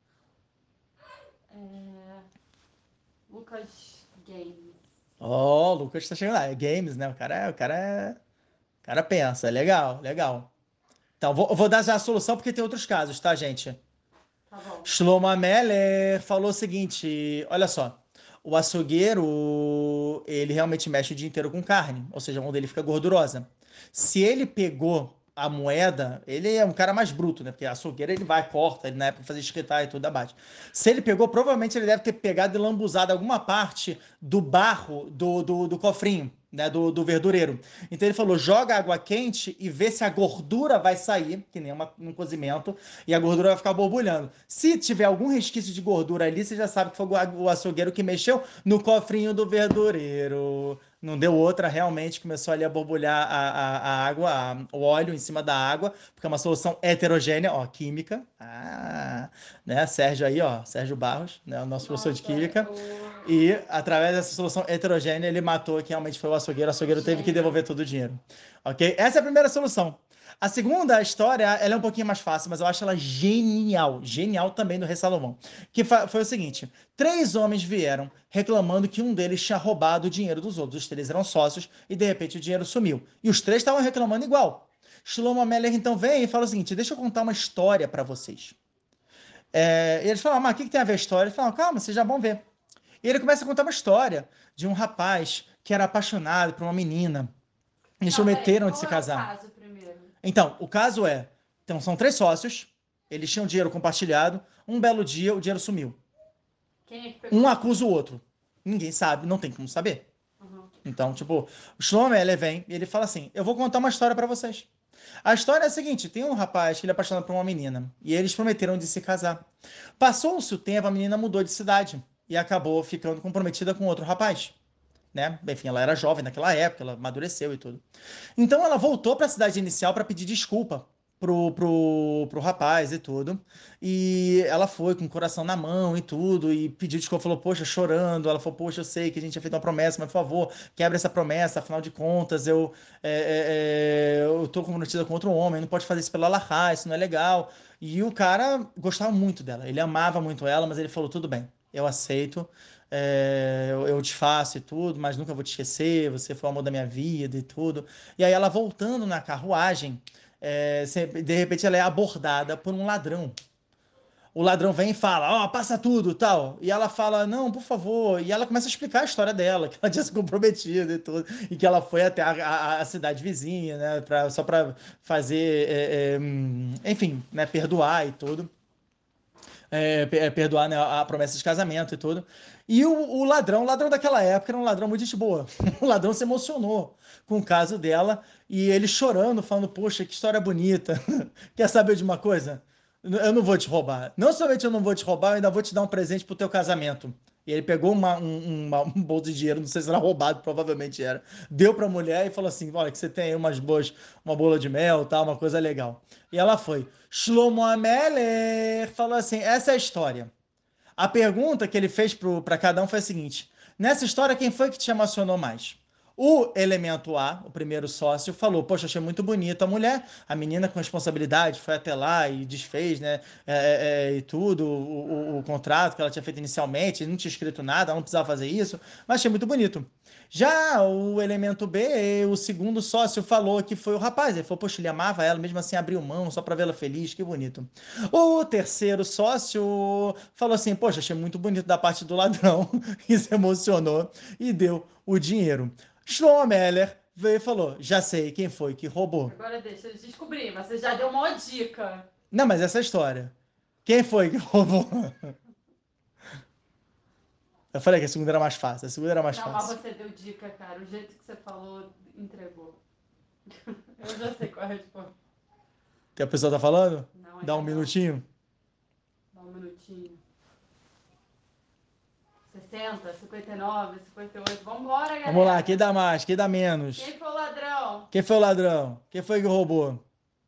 É... Lucas Games. Ó, o Lucas tá chegando lá. É games, né? O cara, é- o cara, é- o cara pensa. É legal, legal. Então, vou, vou dar já a solução porque tem outros casos, tá, gente? Tá bom. Shlomo Ameler falou o seguinte: olha só, o açougueiro ele realmente mexe o dia inteiro com carne, ou seja, a mão dele fica gordurosa. Se ele pegou a moeda, ele é um cara mais bruto, né? Porque açougueiro ele vai, corta, ele na época fazia escritar e tudo abate. Se ele pegou, provavelmente ele deve ter pegado e lambuzado alguma parte do barro do, do, do cofrinho, né? Do, do verdureiro. Então ele falou: joga água quente e vê se a gordura vai sair, que nem uma, um cozimento, e a gordura vai ficar borbulhando. Se tiver algum resquício de gordura ali, você já sabe que foi o açougueiro que mexeu no cofrinho do verdureiro. Não deu outra, realmente começou ali a borbulhar a, a, a água, a- o óleo em cima da água, porque é uma solução heterogênea, ó, química. Ah, né? Sérgio aí, ó, Sérgio Barros, né? O nosso professor de Nossa, química. o, E, através dessa solução heterogênea, ele matou que realmente foi o açougueiro. O açougueiro teve que devolver todo o dinheiro. Ok? Essa é a primeira solução. A segunda história, ela é um pouquinho mais fácil, mas eu acho ela genial. Genial também do Rei Salomão. Que foi o seguinte: três homens vieram reclamando que um deles tinha roubado o dinheiro dos outros. Os três eram sócios e, de repente, o dinheiro sumiu. E os três estavam reclamando igual. Shlomo Amelech então vem e fala o seguinte: deixa eu contar uma história para vocês. É, e eles falam, mas o que, que tem a ver a história? Eles falam, calma, vocês já vão ver. E ele começa a contar uma história de um rapaz que era apaixonado por uma menina. Eles Não, peraí, prometeram de qual se é o casar. caso primeiro? Então, o caso é, então são três sócios, eles tinham dinheiro compartilhado, um belo dia o dinheiro sumiu. Quem é que pegou? Um acusa o outro. Ninguém sabe, não tem como saber. Uhum. Então, tipo, o Shlomo, ele vem e ele fala assim, eu vou contar uma história pra vocês. A história é a seguinte, tem um rapaz que ele é apaixonado por uma menina, e eles prometeram de se casar. Passou-se o tempo, a menina mudou de cidade, e acabou ficando comprometida com outro rapaz. Né? Enfim, ela era jovem naquela época, ela amadureceu e tudo. Então ela voltou para a cidade inicial para pedir desculpa pro, pro, pro rapaz e tudo. E ela foi com o coração na mão e tudo, e pediu desculpa, falou, poxa, chorando. Ela falou, poxa, eu sei que a gente tinha feito uma promessa, mas por favor, quebra essa promessa, afinal de contas, eu, é, é, é, eu tô comprometida com outro homem, não pode fazer isso pela Allahá, isso não é legal. E o cara gostava muito dela, ele amava muito ela, mas ele falou, tudo bem, eu aceito, é, eu, eu te faço e tudo, mas nunca vou te esquecer, você foi o amor da minha vida e tudo. E aí ela voltando na carruagem, é, de repente ela é abordada por um ladrão. O ladrão vem e fala, ó, oh, passa tudo, tal. E ela fala, não, por favor. E ela começa a explicar a história dela, que ela tinha se comprometido e tudo, e que ela foi até a, a, a cidade vizinha, né, pra, só para fazer, é, é, enfim, né, perdoar e tudo. É, perdoar, né, a promessa de casamento e tudo. E o, o ladrão, o ladrão daquela época era um ladrão muito de boa. O ladrão se emocionou com o caso dela e ele chorando, falando: Poxa, que história bonita. Quer saber de uma coisa? Eu não vou te roubar. Não somente eu não vou te roubar, eu ainda vou te dar um presente pro teu casamento. E ele pegou uma, um, uma, um bolso de dinheiro, não sei se era roubado, provavelmente era. Deu pra mulher e falou assim: Olha, que você tem aí umas boas, uma bola de mel, tal, uma coisa legal. E ela foi. Shlomo Ameler falou assim: essa é a história. A pergunta que ele fez para cada um foi a seguinte: nessa história, quem foi que te emocionou mais? O elemento A, o primeiro sócio, falou: Poxa, achei muito bonita a mulher, a menina com responsabilidade foi até lá e desfez, né? É, é, é, e tudo, o, o, o contrato que ela tinha feito inicialmente, não tinha escrito nada, ela não precisava fazer isso, mas achei muito bonito. Já o elemento B, o segundo sócio, falou que foi o rapaz. Ele falou: Poxa, ele amava ela, mesmo assim abriu mão só para vê-la feliz, que bonito. O terceiro sócio falou assim: Poxa, achei muito bonito da parte do ladrão, e se emocionou e deu o dinheiro. Shlomo Meller veio e falou: Já sei quem foi que roubou. Agora deixa eles descobrir, mas você já deu uma dica. Não, mas essa é a história. Quem foi que roubou? Eu falei que a segunda era mais fácil. A segunda era mais Não, mas fácil. você deu dica, cara. O jeito que você falou, entregou. Eu já sei qual é a resposta. Que a pessoa tá falando? Não, Dá um ainda não. minutinho. Dá um minutinho. sessenta, cinquenta e nove, cinquenta e oito. Vambora, galera. Vamos lá, quem dá mais? Quem dá menos? Quem foi o ladrão? Quem foi o ladrão? Quem foi que roubou?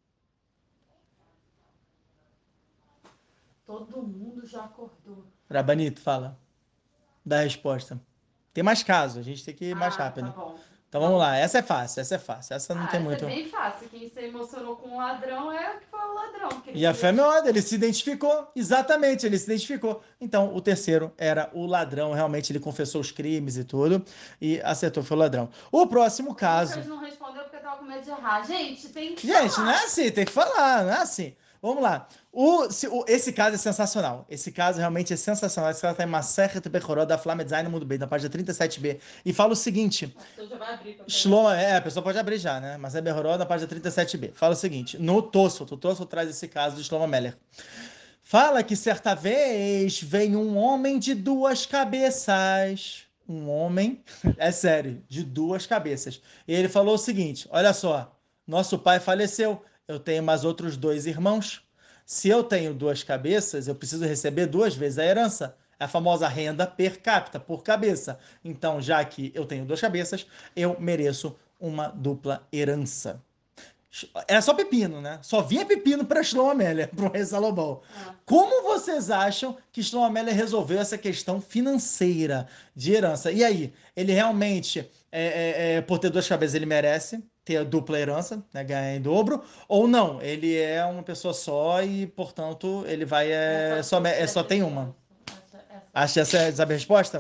Todo mundo já acordou. Rabanito, fala. Dá a resposta. Tem mais casos, a gente tem que ir mais Ah, rápido. tá bom. Então vamos lá, essa é fácil, essa é fácil, essa não Ah, tem essa muito. é bem fácil. Quem se emocionou com o ladrão é o que foi o ladrão. porque ele E a se fé é ele se identificou, exatamente, ele se identificou. Então o terceiro era o ladrão, realmente ele confessou os crimes e tudo, e acertou, foi o ladrão. O próximo O caso. Lucas não respondeu porque tava com medo de errar. Gente, tem que Gente, não é falar. assim, tem que falar, não é assim. Vamos lá. O, se- o- esse caso é sensacional. Esse caso realmente é sensacional. Esse caso está em Masechet Bechorot da Flama Design Mundo Bem, na página trinta e sete b. E fala o seguinte: A pessoa já vai abrir pra pegar. Shlomo, é, a pessoa pode abrir já, né? Mas é Berroró na página trinta e sete b. Fala o seguinte: no Tosfot, o Tosfot traz esse caso de Shlomo Meller. Fala que certa vez vem um homem de duas cabeças. Um homem, é sério, de duas cabeças. E ele falou o seguinte: olha só, nosso pai faleceu, eu tenho mais outros dois irmãos. Se eu tenho duas cabeças, eu preciso receber duas vezes a herança. É a famosa renda per capita, por cabeça. Então, já que eu tenho duas cabeças, eu mereço uma dupla herança. Era só pepino, né? Só vinha pepino para Shlomo Amélia, para o rei Salomão. Ah, Como vocês acham que Shlomo Amélia resolveu essa questão financeira de herança? E aí, ele realmente, é, é, é, por ter duas cabeças, ele merece ter a dupla herança, né, ganhar em dobro? Ou não? Ele é uma pessoa só e, portanto, ele vai é, essa só, eu é, sei a só tem uma. resposta. Essa, essa eu Acha que sei. essa é sabe a resposta?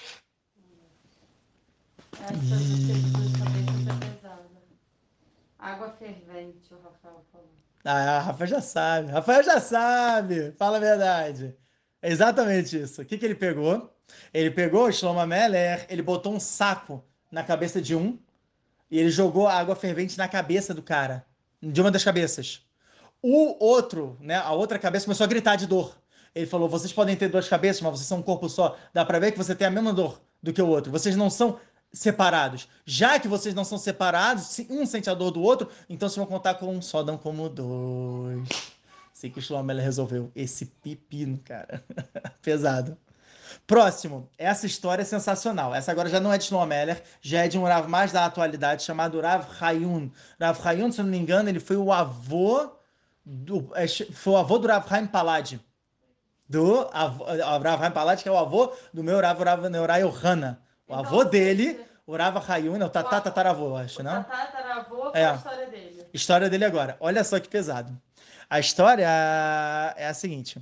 Essa eu sei de duas cabeças é pesada. Água fervente, o Rafael falou. Ah, a Rafa já sabe. Rafael já sabe. Fala a verdade. É exatamente isso. O que que ele pegou? Ele pegou o Shlomo Meller, ele botou um saco na cabeça de um e ele jogou a água fervente na cabeça do cara, de uma das cabeças. O outro, né, a outra cabeça começou a gritar de dor. Ele falou: vocês podem ter duas cabeças, mas vocês são um corpo só. Dá pra ver que você tem a mesma dor do que o outro. Vocês não são separados. Já que vocês não são separados, se um sente a dor do outro, então se vão contar com um só, dão como dois. Sei que o Shlomo Meller resolveu esse pepino, cara. Pesado. Próximo. Essa história é sensacional. Essa agora já não é de Shlomo Meller, já é de um Rav mais da atualidade, chamado Rav Hayun. Rav Hayun, se eu não me engano, ele foi o avô do, é, foi o avô do Rav Haim Palad. Do avô, o Rav Haim Palad, que é o avô do meu Rav, Rav Neurai Ohana. O Então, avô ou dele, seja, o Rav Hayun, é o o, Tatá a- Tataravô, acho, o não? tatataravô foi a É. história dele. História dele agora. Olha só que pesado. A história é a seguinte.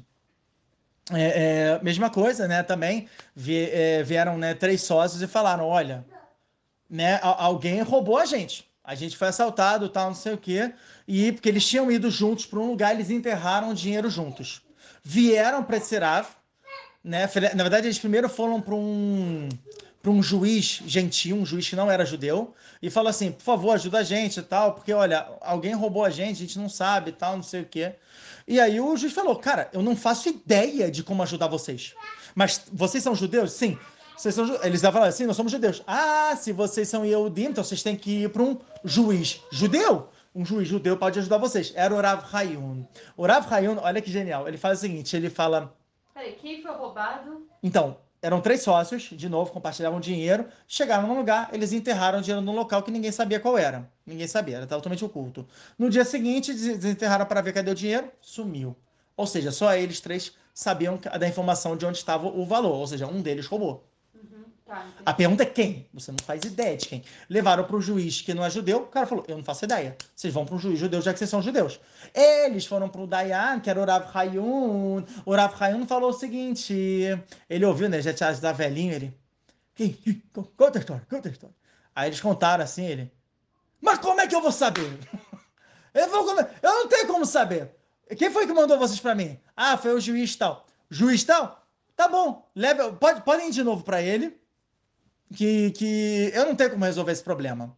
É, é, mesma coisa, né? Também vie- é, vieram, né, três sócios e falaram: olha, né, a- alguém roubou a gente. A gente foi assaltado, tal, não sei o quê. E porque eles tinham ido juntos para um lugar, eles enterraram o dinheiro juntos. Vieram para Tserav, né? Na verdade, eles primeiro foram para um para um juiz gentil, um juiz que não era judeu, e falou assim: por favor, ajuda a gente e tal, porque olha, alguém roubou a gente, a gente não sabe, tal, não sei o quê. E aí o juiz falou: cara, eu não faço ideia de como ajudar vocês. Mas vocês são judeus? Sim. Vocês são, ju- eles falaram assim: nós somos judeus. Ah, se vocês são Yehudim, então vocês têm que ir para um juiz judeu. Um juiz judeu pode ajudar vocês. Era o Rav Hayun. O Rav Hayun, olha que genial. Ele faz o seguinte: ele fala. Peraí, quem foi roubado? Então, eram três sócios, de novo, compartilhavam dinheiro, chegaram num lugar, eles enterraram o dinheiro num local que ninguém sabia qual era. Ninguém sabia, era totalmente oculto. No dia seguinte, des- desenterraram para ver cadê o dinheiro, sumiu. Ou seja, só eles três sabiam da informação de onde estava o valor, ou seja, um deles roubou. Uhum, tá, A entendi. pergunta é quem? Você não faz ideia de quem. Levaram para o juiz que não é judeu. O cara falou: eu não faço ideia. Vocês vão para um juiz judeu já que vocês são judeus. Eles foram para o Dayan, que era o Rav Hayun. O Rav Hayun falou o seguinte: ele ouviu, né? Já tinha já velhinho. Ele: "Ih, ih, conta a história, conta a história." Aí eles contaram assim: ele: mas como é que eu vou saber? Eu, vou, eu não tenho como saber. Quem foi que mandou vocês para mim? Ah, foi o juiz tal. Juiz tal? Tá bom. Leve, pode, podem ir de novo para ele que, que eu não tenho como resolver esse problema.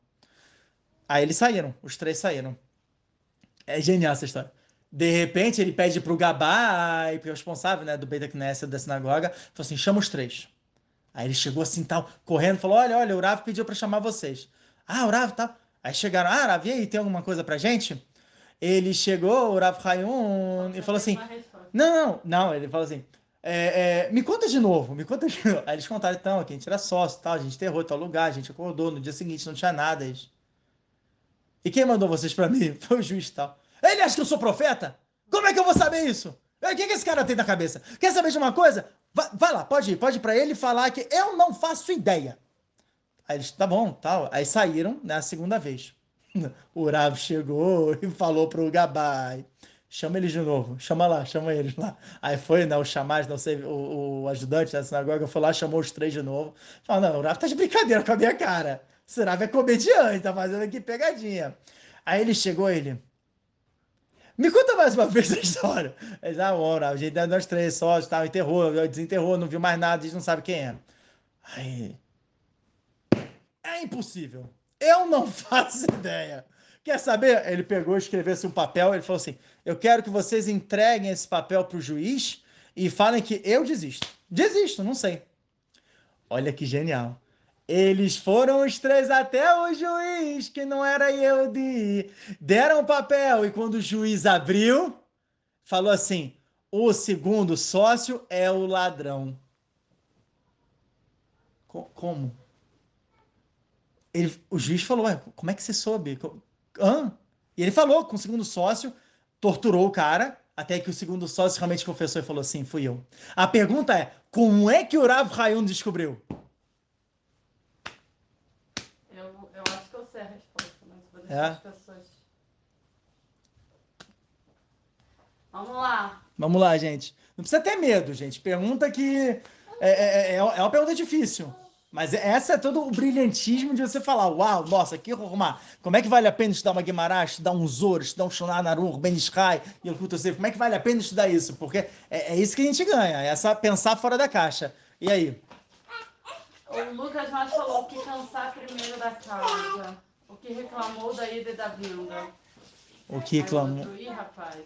Aí eles saíram, os três saíram. É genial essa história. De repente, ele pede pro Gabá, pro responsável, né, do Beit Knesset, da sinagoga, falou assim: chama os três. Aí ele chegou assim, tal, correndo, falou: olha, olha, o Rav pediu pra chamar vocês. Ah, o Rav, tá. Aí chegaram: ah, Rav, e aí, tem alguma coisa pra gente? Ele chegou, o Rav Bom, Hayun, e já falou tem assim: uma resposta. não, não, não, ele falou assim: é, é, me conta de novo, me conta de novo. Aí eles contaram, então, que a gente era sócio, tal, a gente enterrou em tal lugar, a gente acordou, no dia seguinte não tinha nada. Eles, e quem mandou vocês pra mim? Foi o juiz e tal. Ele acha que eu sou profeta? Como é que eu vou saber isso? O que, que esse cara tem na cabeça? Quer saber de uma coisa? Vai, vai lá, pode ir, pode ir pra ele falar que eu não faço ideia. Aí eles, tá bom, tal. Aí saíram na segunda vez. O Rav chegou e falou pro Gabai: chama eles de novo, chama lá, chama eles lá. Aí foi, né, o chamado, não sei, o, o ajudante da sinagoga foi lá, chamou os três de novo. Falou: não, o Rav tá de brincadeira com a minha cara. Esse Rav é comediante, tá fazendo aqui pegadinha. Aí ele chegou, ele: me conta mais uma vez a história. Eles, ah, bom, Rav, a gente nós três sócios, tal, enterrou, desenterrou, não viu mais nada, a gente não sabe quem é. Aí é impossível. Eu não faço ideia. Quer saber? Ele pegou, escreveu assim um papel, ele falou assim: eu quero que vocês entreguem esse papel pro juiz e falem que eu desisto. Desisto, não sei. Olha que genial. Eles foram os três até o juiz, que não era eu de. Deram o papel e quando o juiz abriu, falou assim: o segundo sócio é o ladrão. Co- Como? Ele, o juiz falou: ué, como é que você soube? Co- Hã? E ele falou com o segundo sócio, torturou o cara, até que o segundo sócio realmente confessou e falou assim, fui eu. A pergunta é, como é que o Rav Hayun descobriu? Eu, eu acho que eu sei a resposta, mas vou deixar É? as pessoas. Vamos lá. Vamos lá, gente. Não precisa ter medo, gente. Pergunta que é, é, é, é uma pergunta difícil. Mas essa é todo o brilhantismo de você falar, uau, nossa, que Rorumá, como é que vale a pena estudar uma Guimarães, estudar um Zoro, estudar um Shonan Naruto, Ben Ishai, e como é que vale a pena estudar isso? Porque é, é isso que a gente ganha, é essa pensar fora da caixa. E aí? O Lucas mais falou que cansar primeiro da causa. O que reclamou da ida e da vinda. O que Aí o clamou? outro, ih, rapaz.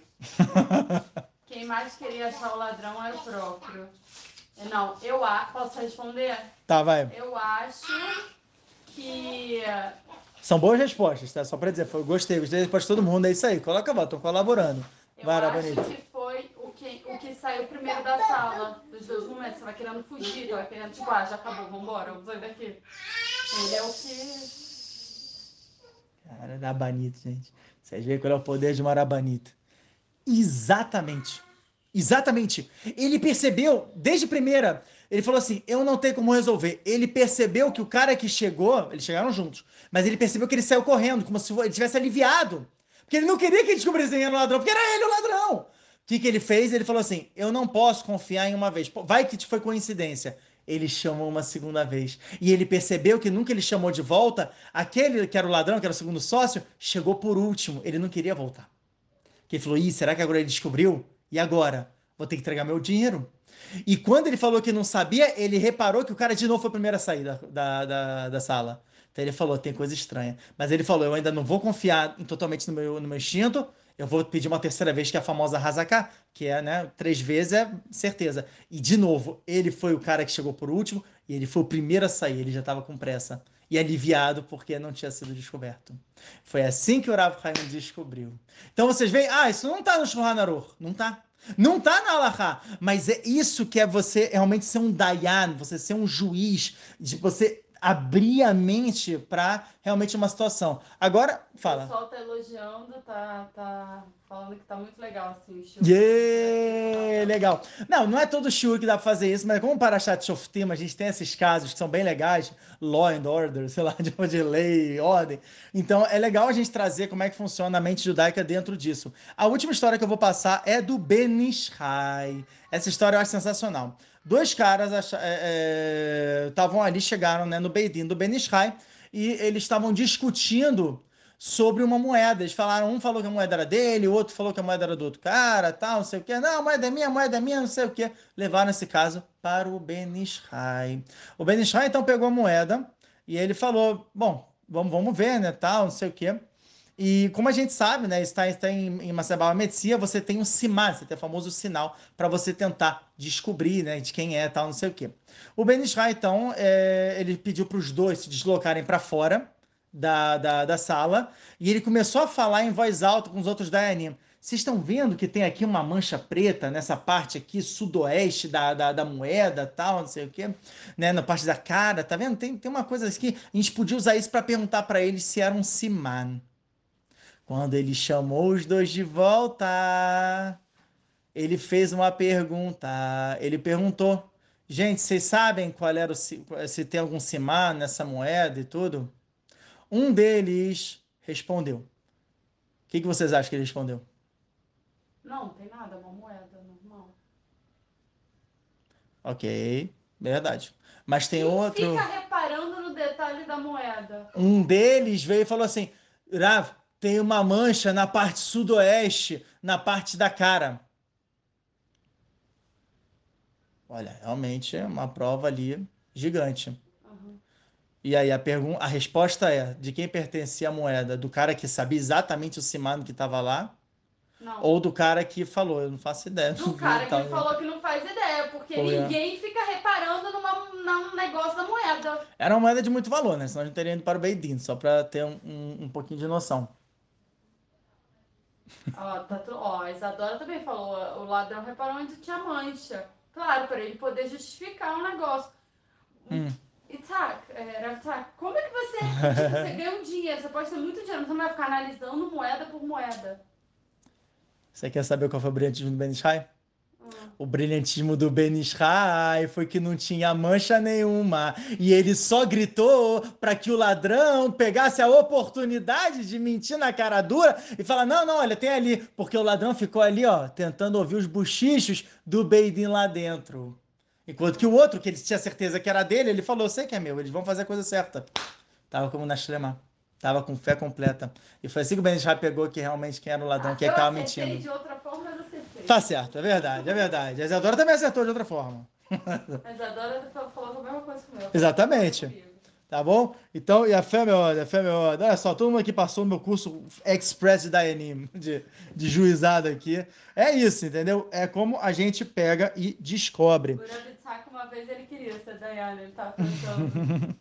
Quem mais queria achar o ladrão era o próprio. Não, eu acho. Posso responder? Tá, vai. Eu acho que. São boas respostas, tá? Só pra dizer, foi, gostei, gostei da resposta de todo mundo, é isso aí. Coloca a voz, tô colaborando. Eu Vai, acho Arabanito. que foi o que, o que saiu primeiro da sala, dos dois momentos. Você vai querendo fugir, você vai querendo, tipo, ah, já acabou, vambora, vamos sair daqui. Ele é o que. Cara, Arabanito, gente. Vocês veem qual é o poder de uma Arabanito. Exatamente. Exatamente. Ele percebeu, desde primeira, ele falou assim: eu não tenho como resolver. Ele percebeu que o cara que chegou, eles chegaram juntos, mas ele percebeu que ele saiu correndo, como se ele tivesse aliviado. Porque ele não queria que ele descobrisse quem era o ladrão, porque era ele o ladrão. O que, que ele fez? Ele falou assim: eu não posso confiar em uma vez. Pô, vai que foi coincidência. Ele chamou uma segunda vez. E ele percebeu que nunca ele chamou de volta, aquele que era o ladrão, que era o segundo sócio, chegou por último. Ele não queria voltar. Que ele falou: ih, será que agora ele descobriu? E agora? Vou ter que entregar meu dinheiro. E quando ele falou que não sabia, ele reparou que o cara de novo foi o primeiro a sair da, da, da, da sala. Então ele falou: tem coisa estranha. Mas ele falou: eu ainda não vou confiar em- totalmente no meu, no meu instinto. Eu vou pedir uma terceira vez, que é a famosa Hazaká, que é, né, três vezes é certeza. E de novo, ele foi o cara que chegou por último e ele foi o primeiro a sair. Ele já estava com pressa e aliviado porque não tinha sido descoberto. Foi assim que o Rav Chaim descobriu. Então vocês veem, ah, isso não tá no Shulchan Aruch. Não tá. Não tá na Halakha, mas é isso que é você realmente ser um Dayan, você ser um juiz, de você abrir a mente para realmente uma situação. Agora, O fala. pessoal tá elogiando, tá, tá falando que tá muito legal, assim, o estilo. Yeah, legal. Não, não é todo shiur que dá pra fazer isso, mas como para Parashat Shoftim, a gente tem esses casos que são bem legais, law and order, sei lá, de, de lei, ordem. Então é legal a gente trazer como é que funciona a mente judaica dentro disso. A última história que eu vou passar é do Ben Ishai. Essa história eu acho sensacional. Dois caras estavam ali, chegaram, né, no Beidin do Ben Ishai, e eles estavam discutindo sobre uma moeda. Eles falaram, um falou que a moeda era dele, o outro falou que a moeda era do outro cara, tal, não sei o quê. Não, a moeda é minha, a moeda é minha, não sei o quê. Levaram esse caso para o Ben Ishai. O Ben Ishai, então, pegou a moeda e ele falou, bom, vamos, vamos ver, né, tal, não sei o quê. E como a gente sabe, né, está, está em, em Macebaba Metsia, você tem um simar, você tem o famoso sinal para você tentar descobrir, né, de quem é, tal, não sei o quê. O Ben Ishai, então, é, ele pediu para os dois se deslocarem para fora da, da, da sala e ele começou a falar em voz alta com os outros Dayanim. Vocês estão vendo que tem aqui uma mancha preta nessa parte aqui, sudoeste da, da, da moeda, tal, não sei o quê, né, na parte da cara, tá vendo? Tem, tem uma coisa aqui, a gente podia usar isso para perguntar para eles se era um siman. Quando ele chamou os dois de volta, ele fez uma pergunta. Ele perguntou: gente, vocês sabem qual era o, si- se tem algum simar nessa moeda e tudo? Um deles respondeu. O que que vocês acham que ele respondeu? Não, tem nada, é uma moeda normal. Ok, verdade. Mas tem Quem fica outro. reparando no detalhe da moeda? Um deles veio e falou assim: Rav, tem uma mancha na parte sudoeste, na parte da cara. Olha, realmente é uma prova ali gigante. Uhum. E aí a pergunta, a resposta é: de quem pertencia a moeda? Do cara que sabia exatamente o simano que estava lá? Não. Ou do cara que falou? Eu não faço ideia, não Do vi e cara que tal. ele falou que não faz ideia, porque Foi, é. ninguém fica reparando numa, num negócio da moeda. Era uma moeda de muito valor, né? Senão a gente teria ido para o Beidin, só para ter um, um, um pouquinho de noção. Ó, tá tu... Ó, a Isadora também falou, o ladrão reparou onde tinha mancha. Claro, para ele poder justificar o negócio. Hum. E Itzhak, é, Rav Itzhak, como é que você, tipo, você ganha um dinheiro, você pode ter muito dinheiro, mas você não vai ficar analisando moeda por moeda. Você quer saber qual foi o brilhantismo do Ben Ishai? Hum. O brilhantismo do Ben Ishai foi que não tinha mancha nenhuma. E ele só gritou para que o ladrão pegasse a oportunidade de mentir na cara dura e falar: não, não, olha, tem ali. Porque o ladrão ficou ali, ó, tentando ouvir os bochichos do Beidin lá dentro. Enquanto que o outro, que ele tinha certeza que era dele, ele falou: sei que é meu, eles vão fazer a coisa certa. Tava como na Shlema. Tava com fé completa. E foi assim que o Ben Ishai pegou que realmente quem era o ladrão, Ah, quem é eu que tava acertei mentindo. de outra forma, mas acertei. Tá certo, é verdade, é verdade. A Isadora também acertou de outra forma. Mas a Dora falou a mesma coisa comigo. Exatamente. Comigo. Tá bom? Então, e a fé, meu ordem, a fé, meu ordem. Olha só, todo mundo aqui passou no meu curso Express de Dayanim, de, de juizado aqui. É isso, entendeu? É como a gente pega e descobre. O Rav Itzhak, uma vez, ele queria ser Dayana, ele tava pensando.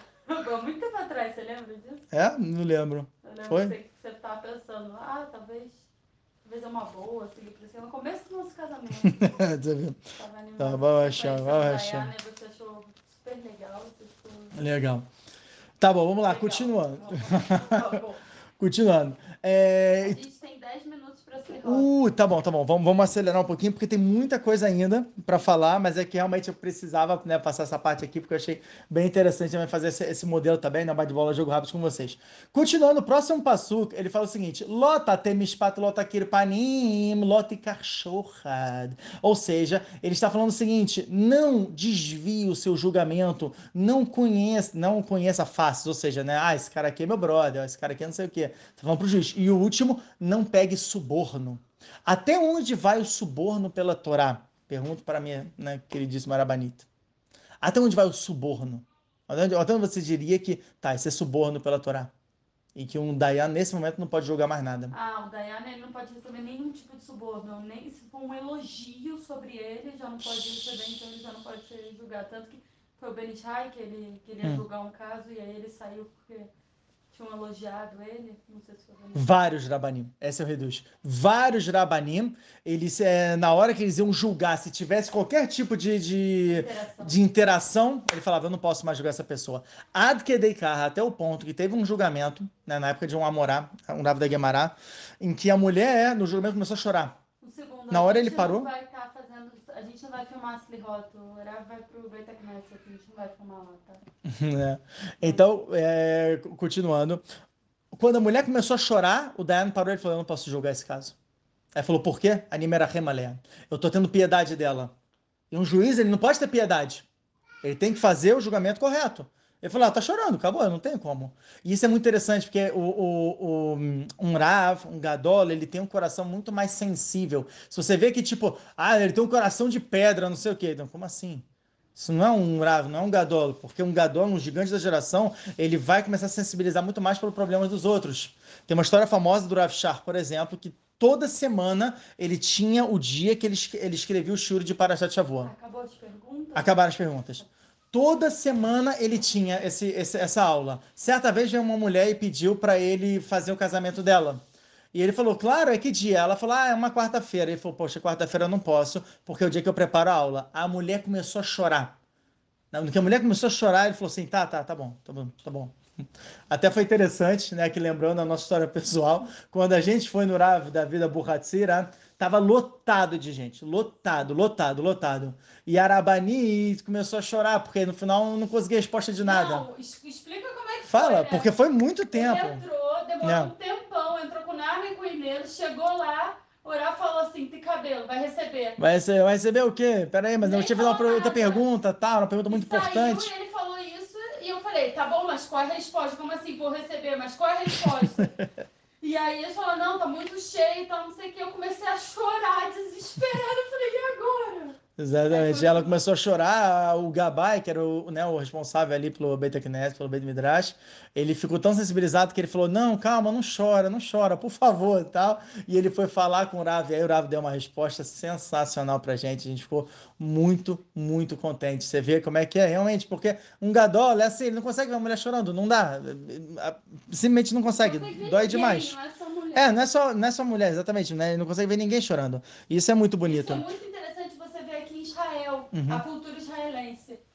Há muito tempo atrás, você lembra disso? É? Não lembro. Eu lembro Foi? que você, você tava pensando, ah, talvez, talvez é uma boa, seguir por cima. No começo do nosso casamento. Tá vendo? Tava Tá, animado. vamos Você achar, conheceu vamos a achar. Dayana e você achou super legal, você ficou Legal. Tá bom, vamos lá, legal. continuando. Tá bom. Continuando. É, A gente tem dez minutos pra ser rota. Uh, tá bom, tá bom. Vamos, vamos acelerar um pouquinho, porque tem muita coisa ainda para falar, mas é que realmente eu precisava, né, passar essa parte aqui, porque eu achei bem interessante também fazer esse, esse modelo também, na bate bola, jogo rápido com vocês. Continuando, o próximo passo, ele fala o seguinte: Lota temispat lota kirpanim, lota karshorad. Ou seja, ele está falando o seguinte: não desvie o seu julgamento, não conheça, não conheça faces, ou seja, né, ah, esse cara aqui é meu brother, esse cara aqui é não sei o quê. Tá falando pro juiz. E o último, não pegue suborno. Até onde vai o suborno pela Torá? Pergunto para minha, né, queridíssima Arabanita. Até onde vai o suborno? Até onde, até onde você diria que, tá, isso é suborno pela Torá? E que um Dayan, nesse momento, não pode julgar mais nada. Ah, o Dayana, ele não pode receber nenhum tipo de suborno, nem se for um elogio sobre ele, já não pode receber, então ele já não pode ser julgado. Tanto que foi o Benishai que ele queria Hum. julgar um caso e aí ele saiu porque tinham elogiado ele. Não sei se foi o Benishai. Vários Rabanim. Esse é o reduz. Vários Rabanim, eles, é, na hora que eles iam julgar, se tivesse qualquer tipo de, de, Interação. de interação, ele falava, eu não posso mais julgar essa pessoa. Ad Kedei-Kar, até o ponto que teve um julgamento, né, na época de um Amorá, um Rav da Guemará, em que a mulher, no julgamento, começou a chorar. Um segundo, Na a hora gente ele parou. não vai estar fazendo, a gente não vai filmar a Slihot, o Rav vai pro Beit Knesset, a gente não vai filmar lá, tá? É. Então, é, continuando. Quando a mulher começou a chorar, o Dayan parou e falou, eu não posso julgar esse caso. Aí falou, por quê? Animerachem alea. Eu tô tendo piedade dela. E um juiz, ele não pode ter piedade. Ele tem que fazer o julgamento correto. Ele falou, ah, tá chorando, acabou, eu não tenho como. E isso é muito interessante, porque o, o, o, um Rav, um Gadol, ele tem um coração muito mais sensível. Se você vê que, tipo, ah, ele tem um coração de pedra, não sei o quê. Então, como assim? Isso não é um Rav, não é um Gadol, porque um Gadol, um gigante da geração, ele vai começar a sensibilizar muito mais pelos problemas dos outros. Tem uma história famosa do Rav Shar, por exemplo, que toda semana ele tinha o dia que ele, ele escrevia o shur de Parashat Shavuot. Acabou as perguntas? Acabaram as perguntas. Toda semana ele tinha esse, esse, essa aula. Certa vez veio uma mulher e pediu para ele fazer o casamento dela. E ele falou, claro, é que dia? Ela falou, ah, é uma quarta-feira. Ele falou, poxa, quarta-feira eu não posso, porque é o dia que eu preparo a aula. A mulher começou a chorar. No que a mulher começou a chorar, ele falou assim, tá, tá, tá bom, tá bom, tá bom. Até foi interessante, né, que lembrando a nossa história pessoal, quando a gente foi no Rav da Vida Burratzira, tava lotado de gente, lotado, lotado, lotado. E a Arabani começou a chorar, porque no final não conseguia resposta de nada. Não, es- explica como é que Fala, foi, né? porque foi muito tempo. Ele entrou, demorou É. um tempão, entrou com o Narnia e com o Inês, chegou lá, orar falou assim, tem cabelo, vai receber. Vai receber, vai receber o quê? Pera aí, mas eu Nem tinha feito uma falou outra nada. pergunta, tá? Uma pergunta muito E saiu importante. e ele falou isso, e eu falei, tá bom, mas qual é a resposta? Como assim, vou receber, mas qual é a resposta? E aí ele falou, não, tá muito cheio, tá não sei o que. Eu comecei a chorar, desesperada. Eu falei, e agora? Exatamente. E ela começou a chorar, o Gabai, que era o, né, o responsável ali pelo Beit Knesset, pelo Beit Midrash, ele ficou tão sensibilizado que ele falou, não, calma, não chora, não chora, por favor, tal. E ele foi falar com o Rav, e aí o Rav deu uma resposta sensacional pra gente, a gente ficou muito, muito contente. Você vê como é que é, realmente, porque um Gadol, é assim, ele não consegue ver uma mulher chorando, não dá, simplesmente não consegue, Não consegue ver dói ninguém, demais. não é só mulher. É, não é só, não é só mulher, exatamente, né? Ele não consegue ver ninguém chorando. E isso é muito bonito. Isso é muito interessante você ver aqui em Israel, Uhum. a cultura israelense.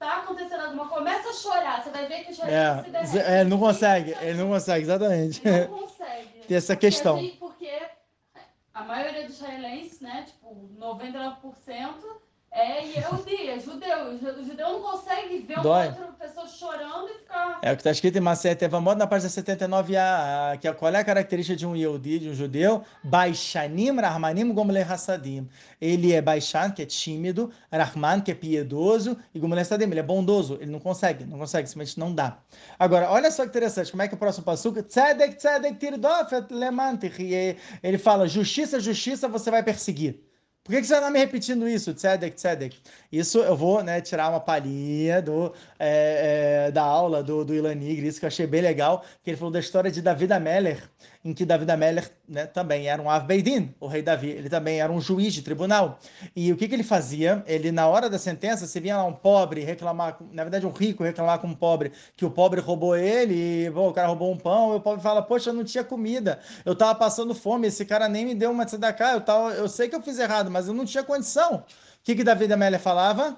tá acontecendo alguma coisa, começa a chorar, você vai ver que o israelense É, se derrete. z- é, ele não consegue, ele não consegue, exatamente. Ele não consegue. Tem essa Porque a questão. gente- porque a maioria dos israelenses, né, tipo, noventa e nove por cento é Yehudi, é judeu. O ju- o judeu não consegue ver uma Dói. outra pessoa chorando e ficar... É o que está escrito em Maseret Evamot na página setenta e nove a, a, que é, qual é a característica de um Yehudi, de um judeu? Baixanim, Rahmanim, Gomle Hassadim. Ele é baixan, que é tímido, Rahman, que é piedoso, e Gomle Hassadim, ele é bondoso. Ele não consegue, não consegue, simplesmente não dá. Agora, olha só que interessante, como é que é o próximo passuco? Tzedek, tzedek, tirdofet, leman, tichye. Ele fala, justiça, justiça, você vai perseguir. Por que que você está me repetindo isso? Tzedek, tzedek. Isso eu vou, né, tirar uma palhinha do, é, é, da aula do, do Ilan Nigri, isso que eu achei bem legal, que ele falou da história de David Ameller, em que David Ameller, né, também era um Av Beidin, o rei Davi, ele também era um juiz de tribunal. E o que que ele fazia? Ele, na hora da sentença, se vinha lá um pobre reclamar, com- na verdade um rico reclamar com um pobre, que o pobre roubou ele, e, pô, o cara roubou um pão, e o pobre fala, poxa, eu não tinha comida, eu tava passando fome, esse cara nem me deu uma tzedakah, eu, tava, eu sei que eu fiz errado, mas eu não tinha condição. O que que David Ameller falava?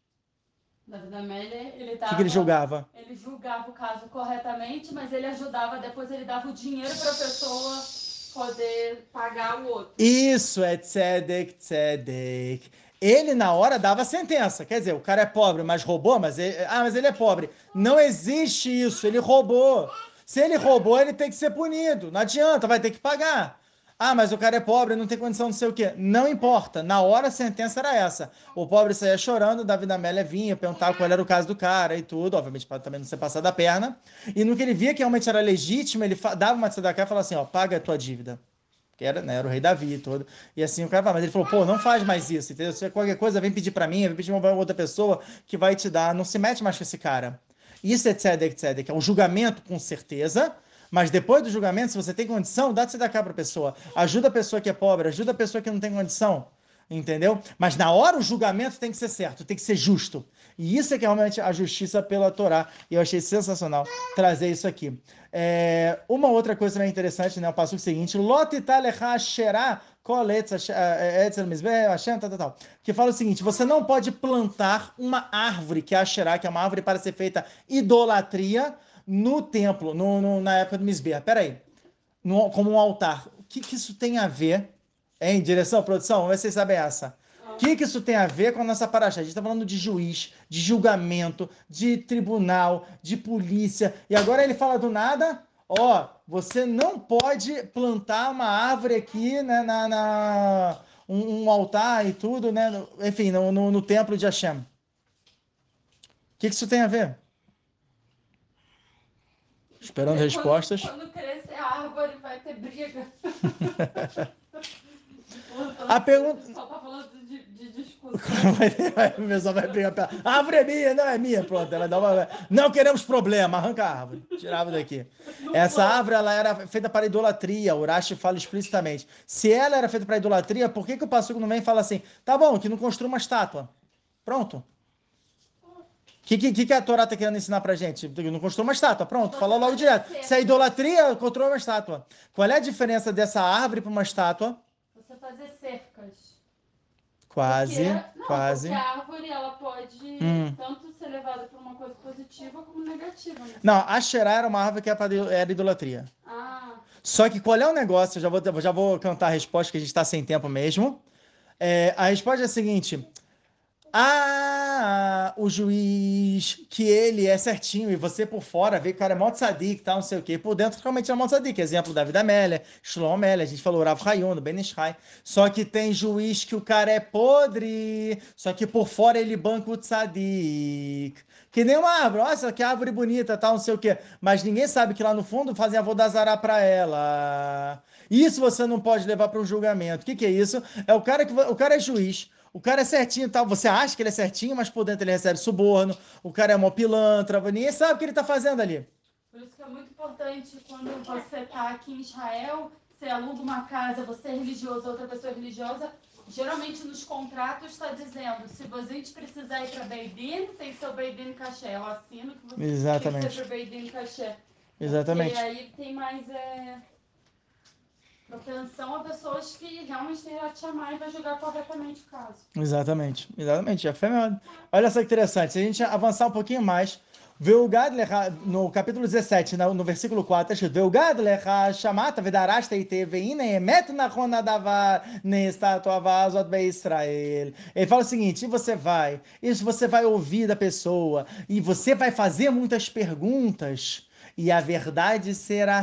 David Ameller, ele O que que ele tava... julgava? Ele julgava o caso corretamente, mas ele ajudava, depois ele dava o dinheiro para a pessoa poder pagar o outro. Isso é tzedek, tzedek. Ele, na hora, dava a sentença. Quer dizer, o cara é pobre, mas roubou, mas ele... Ah, mas ele é pobre. Não existe isso, ele roubou. Se ele roubou, ele tem que ser punido. Não adianta, vai ter que pagar. Ah, mas o cara é pobre, não tem condição de ser o quê? Não importa. Na hora a sentença era essa. O pobre saía chorando, Davi Amélia vinha, perguntava qual era o caso do cara e tudo, obviamente para também não ser passado a perna. E no que ele via que realmente era legítimo, ele dava uma tzedakah e falava assim, ó, paga a tua dívida. Que era, né, era o rei Davi e todo. E assim o cara fala, mas ele falou, pô, não faz mais isso, entendeu? Se qualquer coisa, vem pedir para mim, vem pedir uma outra pessoa que vai te dar, não se mete mais com esse cara. Isso é tzedek, tzedek, é um julgamento com certeza, mas depois do julgamento, se você tem condição, dá tzedakah para a pessoa. Ajuda a pessoa que é pobre, ajuda a pessoa que não tem condição. Entendeu? Mas na hora o julgamento tem que ser certo, tem que ser justo. E isso é que é realmente a justiça pela Torá. E eu achei sensacional trazer isso aqui. É, uma outra coisa também interessante, né? O passo seguinte: Lot italecha asherah koletz etzel mizbeh Hashem, tal, tal, tal. Que fala o seguinte: você não pode plantar uma árvore, que é a asherah, que é uma árvore para ser feita idolatria, no templo, no, no- na época do Mizbeah. Peraí, no, como um altar. O que, que isso tem a ver? Hein, direção, produção? Vamos ver se vocês sabem essa. O que, que isso tem a ver com a nossa paraxá? A gente está falando de juiz, de julgamento, de tribunal, de polícia. E agora ele fala do nada: ó, você não pode plantar uma árvore aqui, né, na, na- um, um altar e tudo, né? no- enfim, no, no, no templo de Hashem. O que, que isso tem a ver? Esperando Porque quando, respostas. quando crescer a árvore vai ter briga. A pergunta. Só tá falando de, de discussão. O pessoal vai brigar pela. A árvore é minha, não é minha. Pronto, ela dá uma. Não queremos problema, arranca a árvore. Tirava daqui. No Essa plano. árvore ela era feita para idolatria. O Urashi fala explicitamente. Se ela era feita para idolatria, por que, que o Passuco não vem e fala assim: tá bom, que não construa uma estátua? Pronto. O que, que, que a Torá está querendo ensinar pra gente? Não construa uma estátua, pronto, falou logo direto. Se é idolatria, construa uma estátua. Qual é a diferença dessa árvore para uma estátua? Você fazer cercas. Quase, Porque, não, quase. porque a árvore ela pode Hum. tanto ser levada para uma coisa positiva como negativa. Né? Não, a Xerá era uma árvore que era pra- era idolatria. Ah, Só que qual é o negócio? Eu já vou, já vou cantar a resposta, que a gente está sem tempo mesmo. É, a resposta é a seguinte: ah, o juiz, que ele é certinho, e você por fora vê que o cara é mó tzadik, tal, não sei o quê. Por dentro, realmente é mó tzadik. Exemplo, David Amélia, Shlomo Amélia, a gente falou Rav Hayun, Ben Ishai. Só que tem juiz que o cara é podre, só que por fora ele banca o tzadik. Que nem uma árvore, nossa, que árvore bonita, tal, não sei o quê. Mas ninguém sabe que lá no fundo fazem a vodazará pra ela. Isso você não pode levar para um julgamento. O que que é isso? É o cara que o cara é juiz. O cara é certinho e tal. Você acha que ele é certinho, mas por dentro ele recebe suborno. O cara é mó pilantra. Ninguém sabe o que ele tá fazendo ali. por isso que é muito importante quando você tá aqui em Israel, você aluga uma casa, você é religioso, outra pessoa é religiosa. Geralmente nos contratos está dizendo, se a gente precisar ir para Beidin, tem seu Beidin Caché. Eu assino que você tem que ser Exatamente. para Beidin Caché. Porque Exatamente. aí tem mais... É... propensão a pessoas que realmente têm a te amar e vai julgar corretamente o caso. Exatamente, exatamente. Já foi mesmo. Olha só que interessante. Se a gente avançar um pouquinho mais, Veugad lecha, no capítulo dezessete, no, no versículo quatro, está escrito: Veugad lecha shamata vedarashta ite veine emet nachon davar nesta tua vazot be Israel. Ele fala o seguinte: e você vai, isso você vai ouvir da pessoa, e você vai fazer muitas perguntas. E a verdade será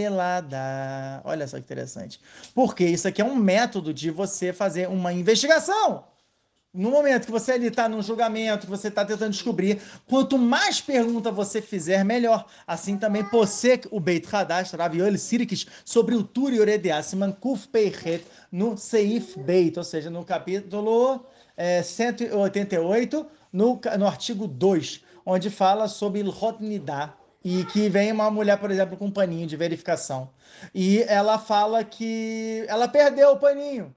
revelada. Olha só que interessante. Porque isso aqui é um método de você fazer uma investigação. No momento que você ali está num julgamento, que você está tentando descobrir, quanto mais pergunta você fizer, melhor. Assim também, você, o Beit Hadash, Rav Yoel Sirkis, sobre o Turi Oredeah, Siman Kuf Peichet, no Seif Beit, ou seja, no capítulo é, cento e oitenta e oito, no, no artigo dois, onde fala sobre Ilhot Nidah, e que vem uma mulher, por exemplo, com um paninho de verificação. E ela fala que ela perdeu o paninho.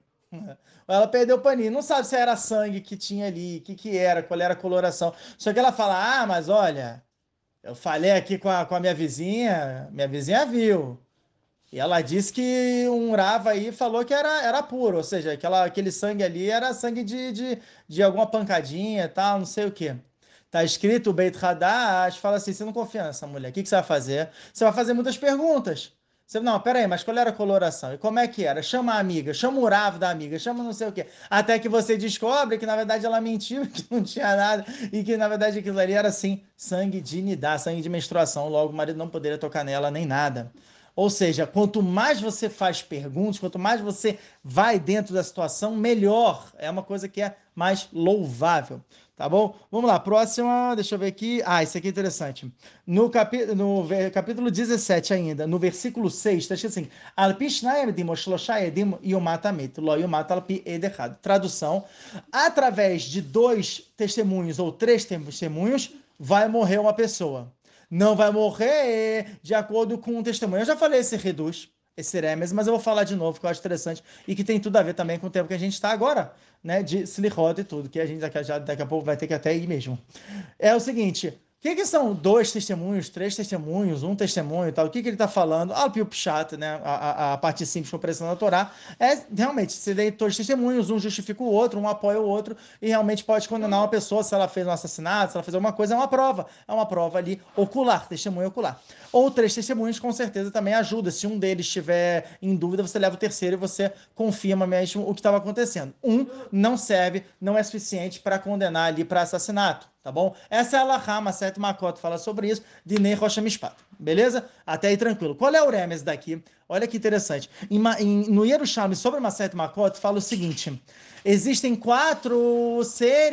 Ela perdeu o paninho. Não sabe se era sangue que tinha ali, o que, que era, qual era a coloração. Só que ela fala: ah, mas olha, eu falei aqui com a, com a minha vizinha, minha vizinha viu. E ela disse que um Rava aí falou que era, era puro, ou seja, aquela, aquele sangue ali era sangue de, de, de alguma pancadinha e tal, não sei o quê. Tá escrito o Beit Hadash, fala assim: você não confia nessa mulher, o que, que você vai fazer? Você vai fazer muitas perguntas. Você, não, peraí, mas qual era a coloração? E como é que era? Chama a amiga, chama o Rav da amiga, chama não sei o quê. Até que você descobre que na verdade ela mentiu, que não tinha nada, e que na verdade aquilo ali era assim, sangue de nidá, sangue de menstruação. Logo o marido não poderia tocar nela nem nada. Ou seja, quanto mais você faz perguntas, quanto mais você vai dentro da situação, melhor. É uma coisa que é mais louvável. Tá bom? Vamos lá, próxima, deixa eu ver aqui. Ah, isso aqui é interessante. No, capi, no capítulo dezessete ainda, no versículo seis, está escrito assim: Alpi shnai edim o shlosha edim yomat amit, lo yomat alpi ed echad. Tradução: através de dois testemunhos ou três testemunhos, vai morrer uma pessoa. Não vai morrer de acordo com o testemunho. Eu já falei esse reduz, esse remes, mas eu vou falar de novo, que eu acho interessante e que tem tudo a ver também com o tempo que a gente está agora, né? De Slichot e tudo, que a gente daqui, já, daqui a pouco vai ter que até ir mesmo. É o seguinte: o que, que são dois testemunhos, três testemunhos, um testemunho e tal? O que, que ele está falando? Ah, o Pio Pshat, né? A, a, a parte simples compreensão da Torá é realmente, se tem dois testemunhos, um justifica o outro, um apoia o outro e realmente pode condenar uma pessoa se ela fez um assassinato, se ela fez alguma coisa, é uma prova. É uma prova ali ocular, testemunho ocular. Ou três testemunhos, com certeza, também ajuda. Se um deles estiver em dúvida, você leva o terceiro e você confirma mesmo o que estava acontecendo. Um não serve, não é suficiente para condenar ali para assassinato. Tá bom? Essa é a Lahá, Maset Makot fala sobre isso, de Nei Rocha Mishpat. Beleza? Até aí tranquilo. Qual é o remes daqui? Olha que interessante. Em, em, no Yerushalmi, sobre Maset Makot, fala o seguinte: existem quatro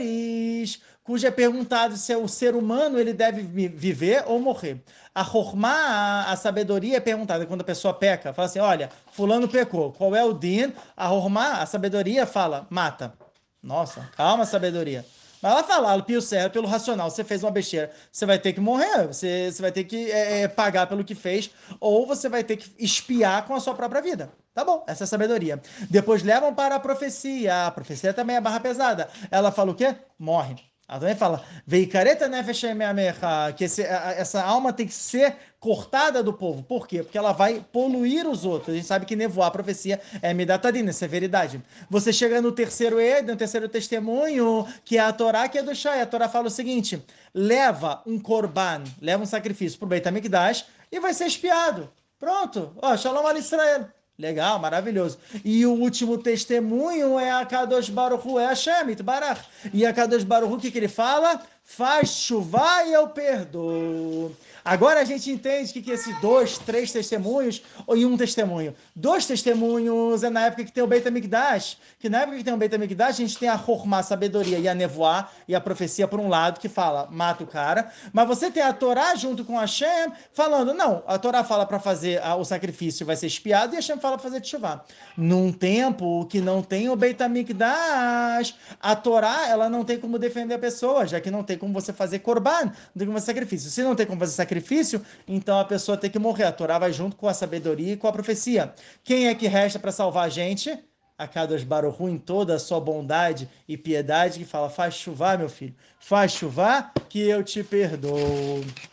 seres cujo é perguntado se o ser humano ele deve viver ou morrer. A Chormá, a, a sabedoria é perguntada quando a pessoa peca. Fala assim: olha, fulano pecou. Qual é o din? A Chormá, a sabedoria, fala: mata. Nossa, calma, sabedoria. Mas ela fala, pelo certo, pelo racional, você fez uma besteira, você vai ter que morrer, você, você vai ter que é, pagar pelo que fez, ou você vai ter que espiar com a sua própria vida. Tá bom, essa é a sabedoria. Depois levam para a profecia. A profecia também é barra pesada. Ela fala o quê? Morre. Ela também fala, veikareta nefesh me'amecha, que esse, essa alma tem que ser cortada do povo. Por quê? Porque ela vai poluir os outros. A gente sabe que nevoar a profecia é midatadina, severidade. Você chega no terceiro ed, no terceiro testemunho, que é a Torá, que é do Shai. A Torá fala o seguinte: leva um korban, leva um sacrifício para o Beit HaMikdash e vai ser espiado. Pronto. Ó, Shalom al Israel. Legal, maravilhoso. E o último testemunho é a Kadosh Baruch Hu, é a Shemit Barach. E a Kadosh Baruch Hu, o que, que ele fala? Faz chuva e eu perdoo. Agora a gente entende que, que esses dois, três testemunhos, ou em um testemunho. Dois testemunhos é na época que tem o Beit HaMikdash, que na época que tem o Beit HaMikdash, a gente tem a Chormá, a sabedoria, e a Nevoá, e a profecia por um lado, que fala, mata o cara. Mas você tem a Torá junto com a Hashem, falando, não, a Torá fala para fazer o sacrifício, vai ser espiado, e a Hashem fala para fazer teshuvá. Num tempo que não tem o Beit HaMikdash, a Torá, ela não tem como defender a pessoa, já que não tem como você fazer korban, não tem como fazer sacrifício. Se não tem como fazer sacrifício, então a pessoa tem que morrer. A Torá vai junto com a sabedoria e com a profecia. Quem é que resta para salvar a gente? A Kadosh Baruch Hu, em toda a sua bondade e piedade, que fala, faz chuvar, meu filho, faz chuvar que eu te perdoo.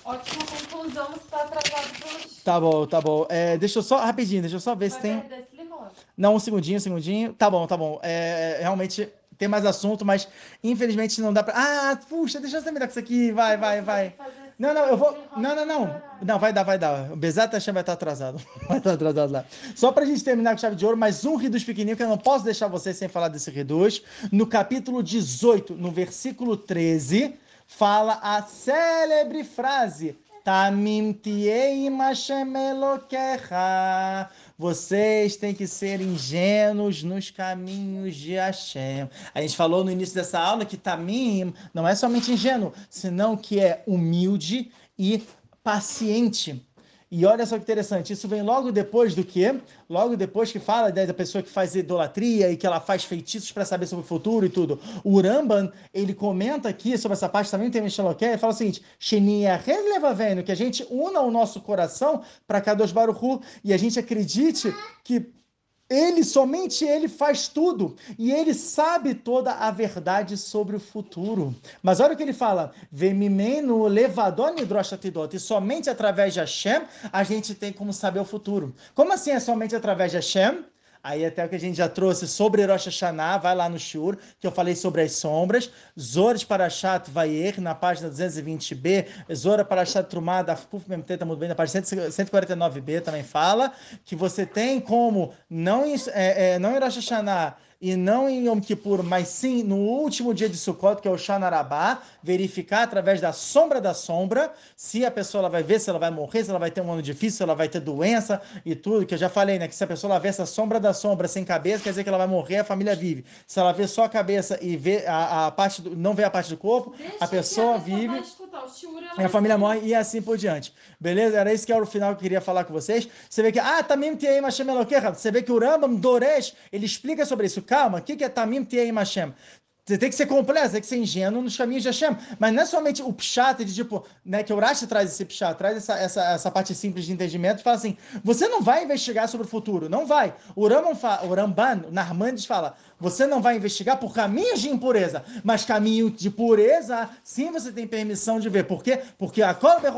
Ótima conclusão, você tá atrasado pelos... Tá bom, tá bom. É, deixa eu só, rapidinho, deixa eu só ver se Vai tem... perder esse limão. Não, um segundinho, um segundinho. Tá bom, tá bom. É, realmente tem mais assunto, mas infelizmente não dá pra... Ah, puxa, deixa eu terminar com isso aqui. Vai, vai, vai. Não, não, eu vou... Não, não, não. Não, vai dar, vai dar. O Bezat Hashem vai estar atrasado. Vai estar atrasado lá. Só pra gente terminar com chave de ouro, mais um Reduz pequenininho, que eu não posso deixar vocês sem falar desse Reduz. No capítulo dezoito, no versículo treze, fala a célebre frase: Tamim tieim Hashem Elokecha. Vocês têm que ser ingênuos nos caminhos de Hashem. A gente falou no início dessa aula que Tamim não é somente ingênuo, senão que é humilde e paciente. E olha só que interessante, isso vem logo depois do quê? Logo depois que fala né, da pessoa que faz idolatria e que ela faz feitiços para saber sobre o futuro e tudo. O Rambam, ele comenta aqui sobre essa parte também, tem o Mishaloké, e fala o seguinte: Shenia relevavendo, que a gente una o nosso coração para Kadosh Baruch Hu e a gente acredite que ele, somente ele faz tudo e ele sabe toda a verdade sobre o futuro. Mas olha o que ele fala: Vemimenu levador nidroshatidot, e somente através de Hashem a gente tem como saber o futuro. Como assim é somente através de Hashem? Aí até o que a gente já trouxe sobre Rosh Hashanah, vai lá no Shur, que eu falei sobre as sombras. Zores Parashat Vayer, na página duzentos e vinte b. Zora Parashat Trumah, da Kuf Memtet, muito bem, na página cento e quarenta e nove b também fala que você tem como, não em, é, é, não em Rosh Hashanah e não em Yom Kippur, mas sim no último dia de Sukkot, que é o Shana Rabbah, verificar através da sombra da sombra se a pessoa ela vai ver se ela vai morrer, se ela vai ter um ano difícil, se ela vai ter doença e tudo, que eu já falei, né? Que se a pessoa ela vê essa sombra da sombra sem cabeça, quer dizer que ela vai morrer, a família vive. Se ela vê só a cabeça e vê a, a parte do, não vê a parte do corpo, Deixa a pessoa que a pessoa vive... vai escutar o shiur, ela E a vai família saber. morre e assim por diante. Beleza? Era isso que era o final que eu queria falar com vocês. Você vê que, ah, Tamim Tieim Hashem Elokecha. Você vê que o Rambam Doresh, ele explica sobre isso. Calma, o que é Tamim Tieim Hashem? Você tem que ser completo, tem que ser ingênuo nos caminhos de Hashem. Mas não é somente o pshat de tipo, né, que o Rashi traz esse pshat, traz essa, essa, essa parte simples de entendimento e fala assim, você não vai investigar sobre o futuro, não vai. O, Rambam fala, o Ramban, o Narmanides fala, você não vai investigar por caminhos de impureza, mas caminho de pureza, sim, você tem permissão de ver. Por quê? Porque a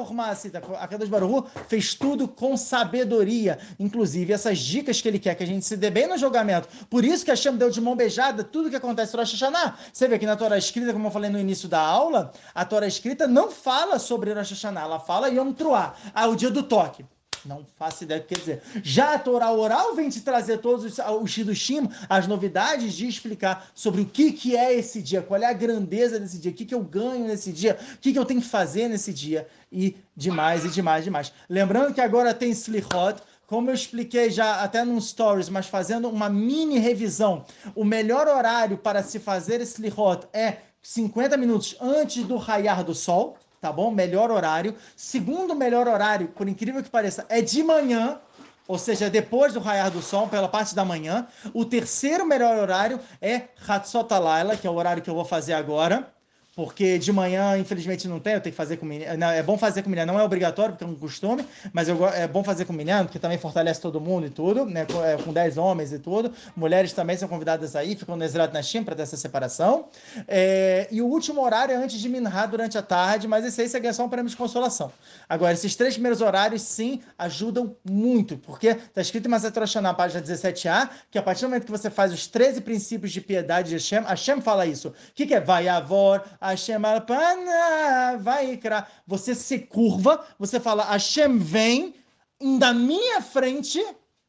Kadosh Baruch Hu fez tudo com sabedoria, inclusive essas dicas que ele quer que a gente se dê bem no julgamento. Por isso que Hashem deu de mão beijada tudo que acontece no Rosh Hashanah. Você vê que na Torá escrita, como eu falei no início da aula, a Torá escrita não fala sobre Rosh Hashanah, ela fala Yom Truah, ah, o dia do toque. Não faço ideia do que quer dizer. Já a Torá oral vem te trazer todos os, os Shidushim, as novidades de explicar sobre o que, que é esse dia, qual é a grandeza desse dia, o que, que eu ganho nesse dia, o que, que eu tenho que fazer nesse dia, e demais, e demais, demais. Lembrando que agora tem Slichot, como eu expliquei já até num stories, mas fazendo uma mini revisão, o melhor horário para se fazer esse Slichot é cinquenta minutos antes do raiar do sol, tá bom? Melhor horário. Segundo melhor horário, por incrível que pareça, é de manhã, ou seja, depois do raiar do sol, pela parte da manhã. O terceiro melhor horário é Hatzot Halayla, que é o horário que eu vou fazer agora. Porque de manhã, infelizmente, não tem, eu tenho que fazer com menino. Não, é bom fazer com menino, não é obrigatório, porque é um costume, mas eu, é bom fazer com menino, porque também fortalece todo mundo e tudo, né? Com, é, com dez homens e tudo. Mulheres também são convidadas aí, ficam no Ezrat Nashim para ter essa separação. É, e o último horário é antes de Minha durante a tarde, mas esse aí segue só um prêmio de consolação. Agora, esses três primeiros horários, sim, ajudam muito, porque está escrito em Masetor Hashanah, na página dezessete a, que a partir do momento que você faz os treze princípios de piedade de Hashem, Hashem fala isso. O que, que é? Vai avor, Hashem alpana, vai ikra. Você se curva, você fala, Hashem vem da minha frente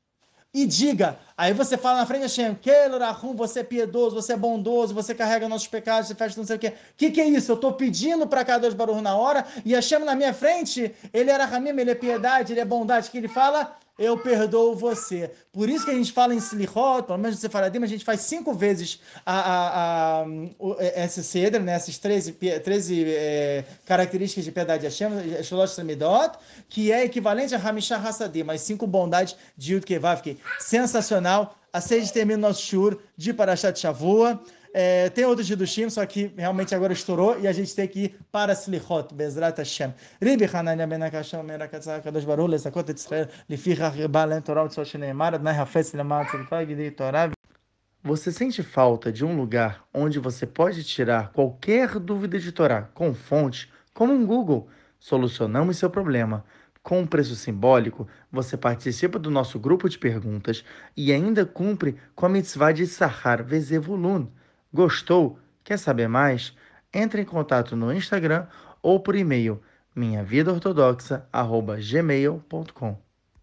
e diga. Aí você fala na frente de Hashem, Kelorahum, você é piedoso, você é bondoso, você carrega nossos pecados, você faz não sei o quê. O que, que é isso? Eu estou pedindo para Kadosh Baruch na hora, e Hashem na minha frente, ele é Rahamim, ele é piedade, ele é bondade, que ele fala, eu perdoo você. Por isso que a gente fala em Slichot, pelo menos no Sefaradim, a gente faz cinco vezes a, a, a, o, esse cedro, né, essas treze, treze é, características de piedade de Hashem, Sholosh Semidot, que é equivalente a Hamishah Hassadim, mas cinco bondades de Yud Kevav, que sensacional. A sede termina o nosso shur de Parashat Shavua. É, tem outros Hidushim, só que realmente agora estourou e a gente tem que ir para Slichot, Bezrat Hashem. Ribi Hanania ben Akasham, Merakatzah, Kadosh Baruch, Lesakot et Israel, Lifirach Balen Torah, Utzot Shneimar, Adnai Hafetz, Lemat, Tzedifah, Gidei Torah. Você sente falta de um lugar onde você pode tirar qualquer dúvida de Torá com fonte, como um Google? solucionamos seu problema. Com um preço simbólico, você participa do nosso grupo de perguntas e ainda cumpre com a mitzvah de Sahar Vezevulun. Gostou? Quer saber mais? Entre em contato no Instagram ou por e-mail minha vida ortodoxa arroba gmail ponto com.